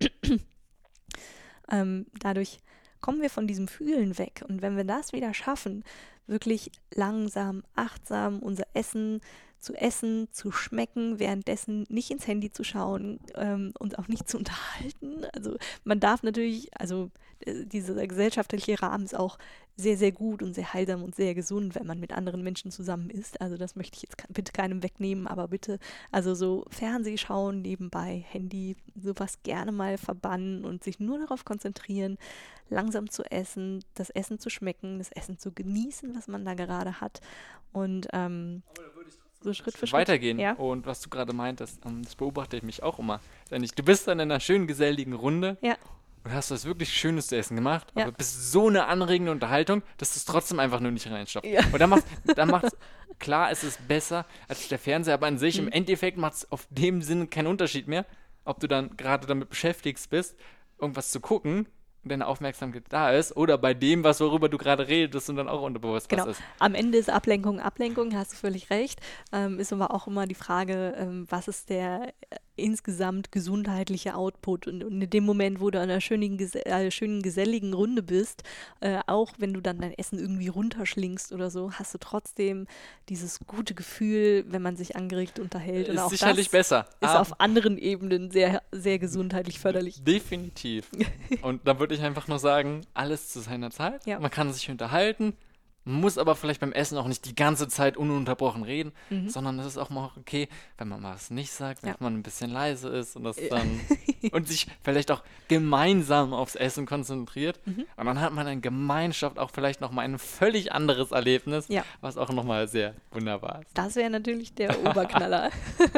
ähm, dadurch kommen wir von diesem Fühlen weg. Und wenn wir das wieder schaffen, wirklich langsam, achtsam unser Essen zu essen, zu schmecken, währenddessen nicht ins Handy zu schauen ähm, und auch nicht zu unterhalten. Also man darf natürlich, also äh, dieser gesellschaftliche Rahmen ist auch sehr, sehr gut und sehr heilsam und sehr gesund, wenn man mit anderen Menschen zusammen ist. Also das möchte ich jetzt bitte keinem wegnehmen, aber bitte, also so Fernseh schauen nebenbei, Handy, sowas gerne mal verbannen und sich nur darauf konzentrieren, langsam zu essen, das Essen zu schmecken, das Essen zu genießen, was man da gerade hat und ähm, so Schritt für Schritt weitergehen. Ja. Und was du gerade meintest, das beobachte ich mich auch immer. Du bist dann in einer schönen geselligen Runde ja. und hast was wirklich Schönes zu essen gemacht, Ja. aber bist so eine anregende Unterhaltung, dass du es trotzdem einfach nur nicht reinstopfst. Ja. Und dann macht dann macht's, klar, es ist besser als der Fernseher, aber an sich Mhm. im Endeffekt macht es auf dem Sinne keinen Unterschied mehr, ob du dann gerade damit beschäftigt bist, irgendwas zu gucken und deine Aufmerksamkeit da ist oder bei dem, was worüber du gerade redest und dann auch unterbewusst Genau. was ist. Am Ende ist Ablenkung Ablenkung, hast du völlig recht. Ähm, ist aber auch immer die Frage, ähm, was ist der äh, insgesamt gesundheitliche Output? Und, und in dem Moment, wo du an einer schönen, ges- äh, schönen geselligen Runde bist, äh, auch wenn du dann dein Essen irgendwie runterschlingst oder so, hast du trotzdem dieses gute Gefühl, wenn man sich angeregt unterhält. Und Ist auch sicherlich das besser. ist aber auf anderen Ebenen sehr, sehr gesundheitlich förderlich. Definitiv. Und da würde ich einfach nur sagen, alles zu seiner Zeit. Ja. Man kann sich unterhalten, muss aber vielleicht beim Essen auch nicht die ganze Zeit ununterbrochen reden, Mhm. sondern es ist auch mal okay, wenn man mal was nicht sagt, wenn Ja. man ein bisschen leise ist und das Ja. dann und sich vielleicht auch gemeinsam aufs Essen konzentriert. Mhm. Und dann hat man in Gemeinschaft auch vielleicht nochmal ein völlig anderes Erlebnis, Ja. was auch nochmal sehr wunderbar ist. Das wäre natürlich der Oberknaller.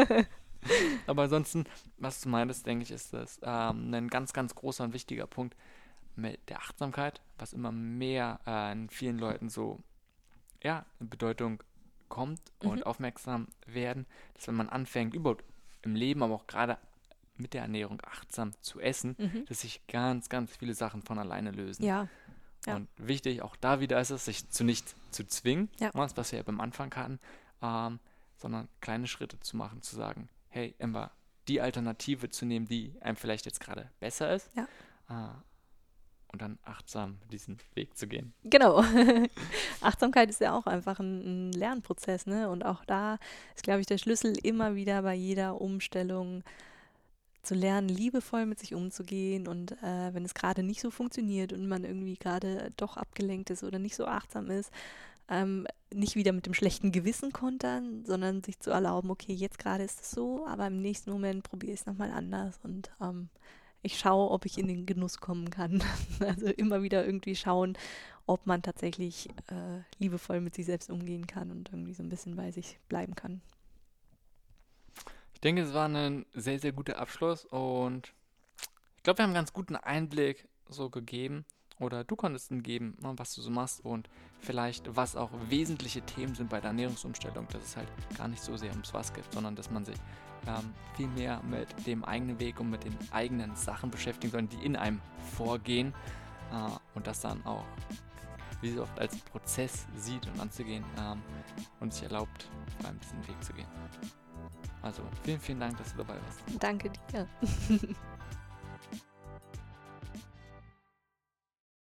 Aber ansonsten, was du meintest, denke ich, ist das ähm, ein ganz, ganz großer und wichtiger Punkt mit der Achtsamkeit, was immer mehr äh, in vielen Leuten so, ja, in Bedeutung kommt und Mhm. aufmerksam werden, dass wenn man anfängt, überhaupt im Leben, aber auch gerade mit der Ernährung achtsam zu essen, Mhm. dass sich ganz, ganz viele Sachen von alleine lösen. Ja. Ja. Und wichtig, auch da wieder ist es, sich zu nichts zu zwingen, Ja. was was wir ja beim Anfang hatten, ähm, sondern kleine Schritte zu machen, zu sagen, hey, immer die Alternative zu nehmen, die einem vielleicht jetzt gerade besser ist. Ja. Äh, und dann achtsam diesen Weg zu gehen. Genau. Achtsamkeit ist ja auch einfach ein, ein Lernprozess, ne? Und auch da ist, glaube ich, der Schlüssel immer wieder bei jeder Umstellung zu lernen, liebevoll mit sich umzugehen und äh, wenn es gerade nicht so funktioniert und man irgendwie gerade doch abgelenkt ist oder nicht so achtsam ist, ähm, nicht wieder mit dem schlechten Gewissen kontern, sondern sich zu erlauben, okay, jetzt gerade ist es so, aber im nächsten Moment probiere ich es nochmal anders und ähm, ich schaue, ob ich in den Genuss kommen kann. Also immer wieder irgendwie schauen, ob man tatsächlich äh, liebevoll mit sich selbst umgehen kann und irgendwie so ein bisschen bei sich bleiben kann. Ich denke, es war ein sehr, sehr guter Abschluss und ich glaube, wir haben einen ganz guten Einblick so gegeben oder du konntest ihn geben, was du so machst und vielleicht, was auch wesentliche Themen sind bei der Ernährungsumstellung, dass es halt gar nicht so sehr ums Was geht, sondern dass man sich ähm, viel mehr mit dem eigenen Weg und mit den eigenen Sachen beschäftigen soll, die in einem vorgehen äh, und das dann auch wie so oft als Prozess sieht und anzugehen ähm, und sich erlaubt, vor allem diesen Weg zu gehen. Also vielen, vielen Dank, dass du dabei warst. Danke dir.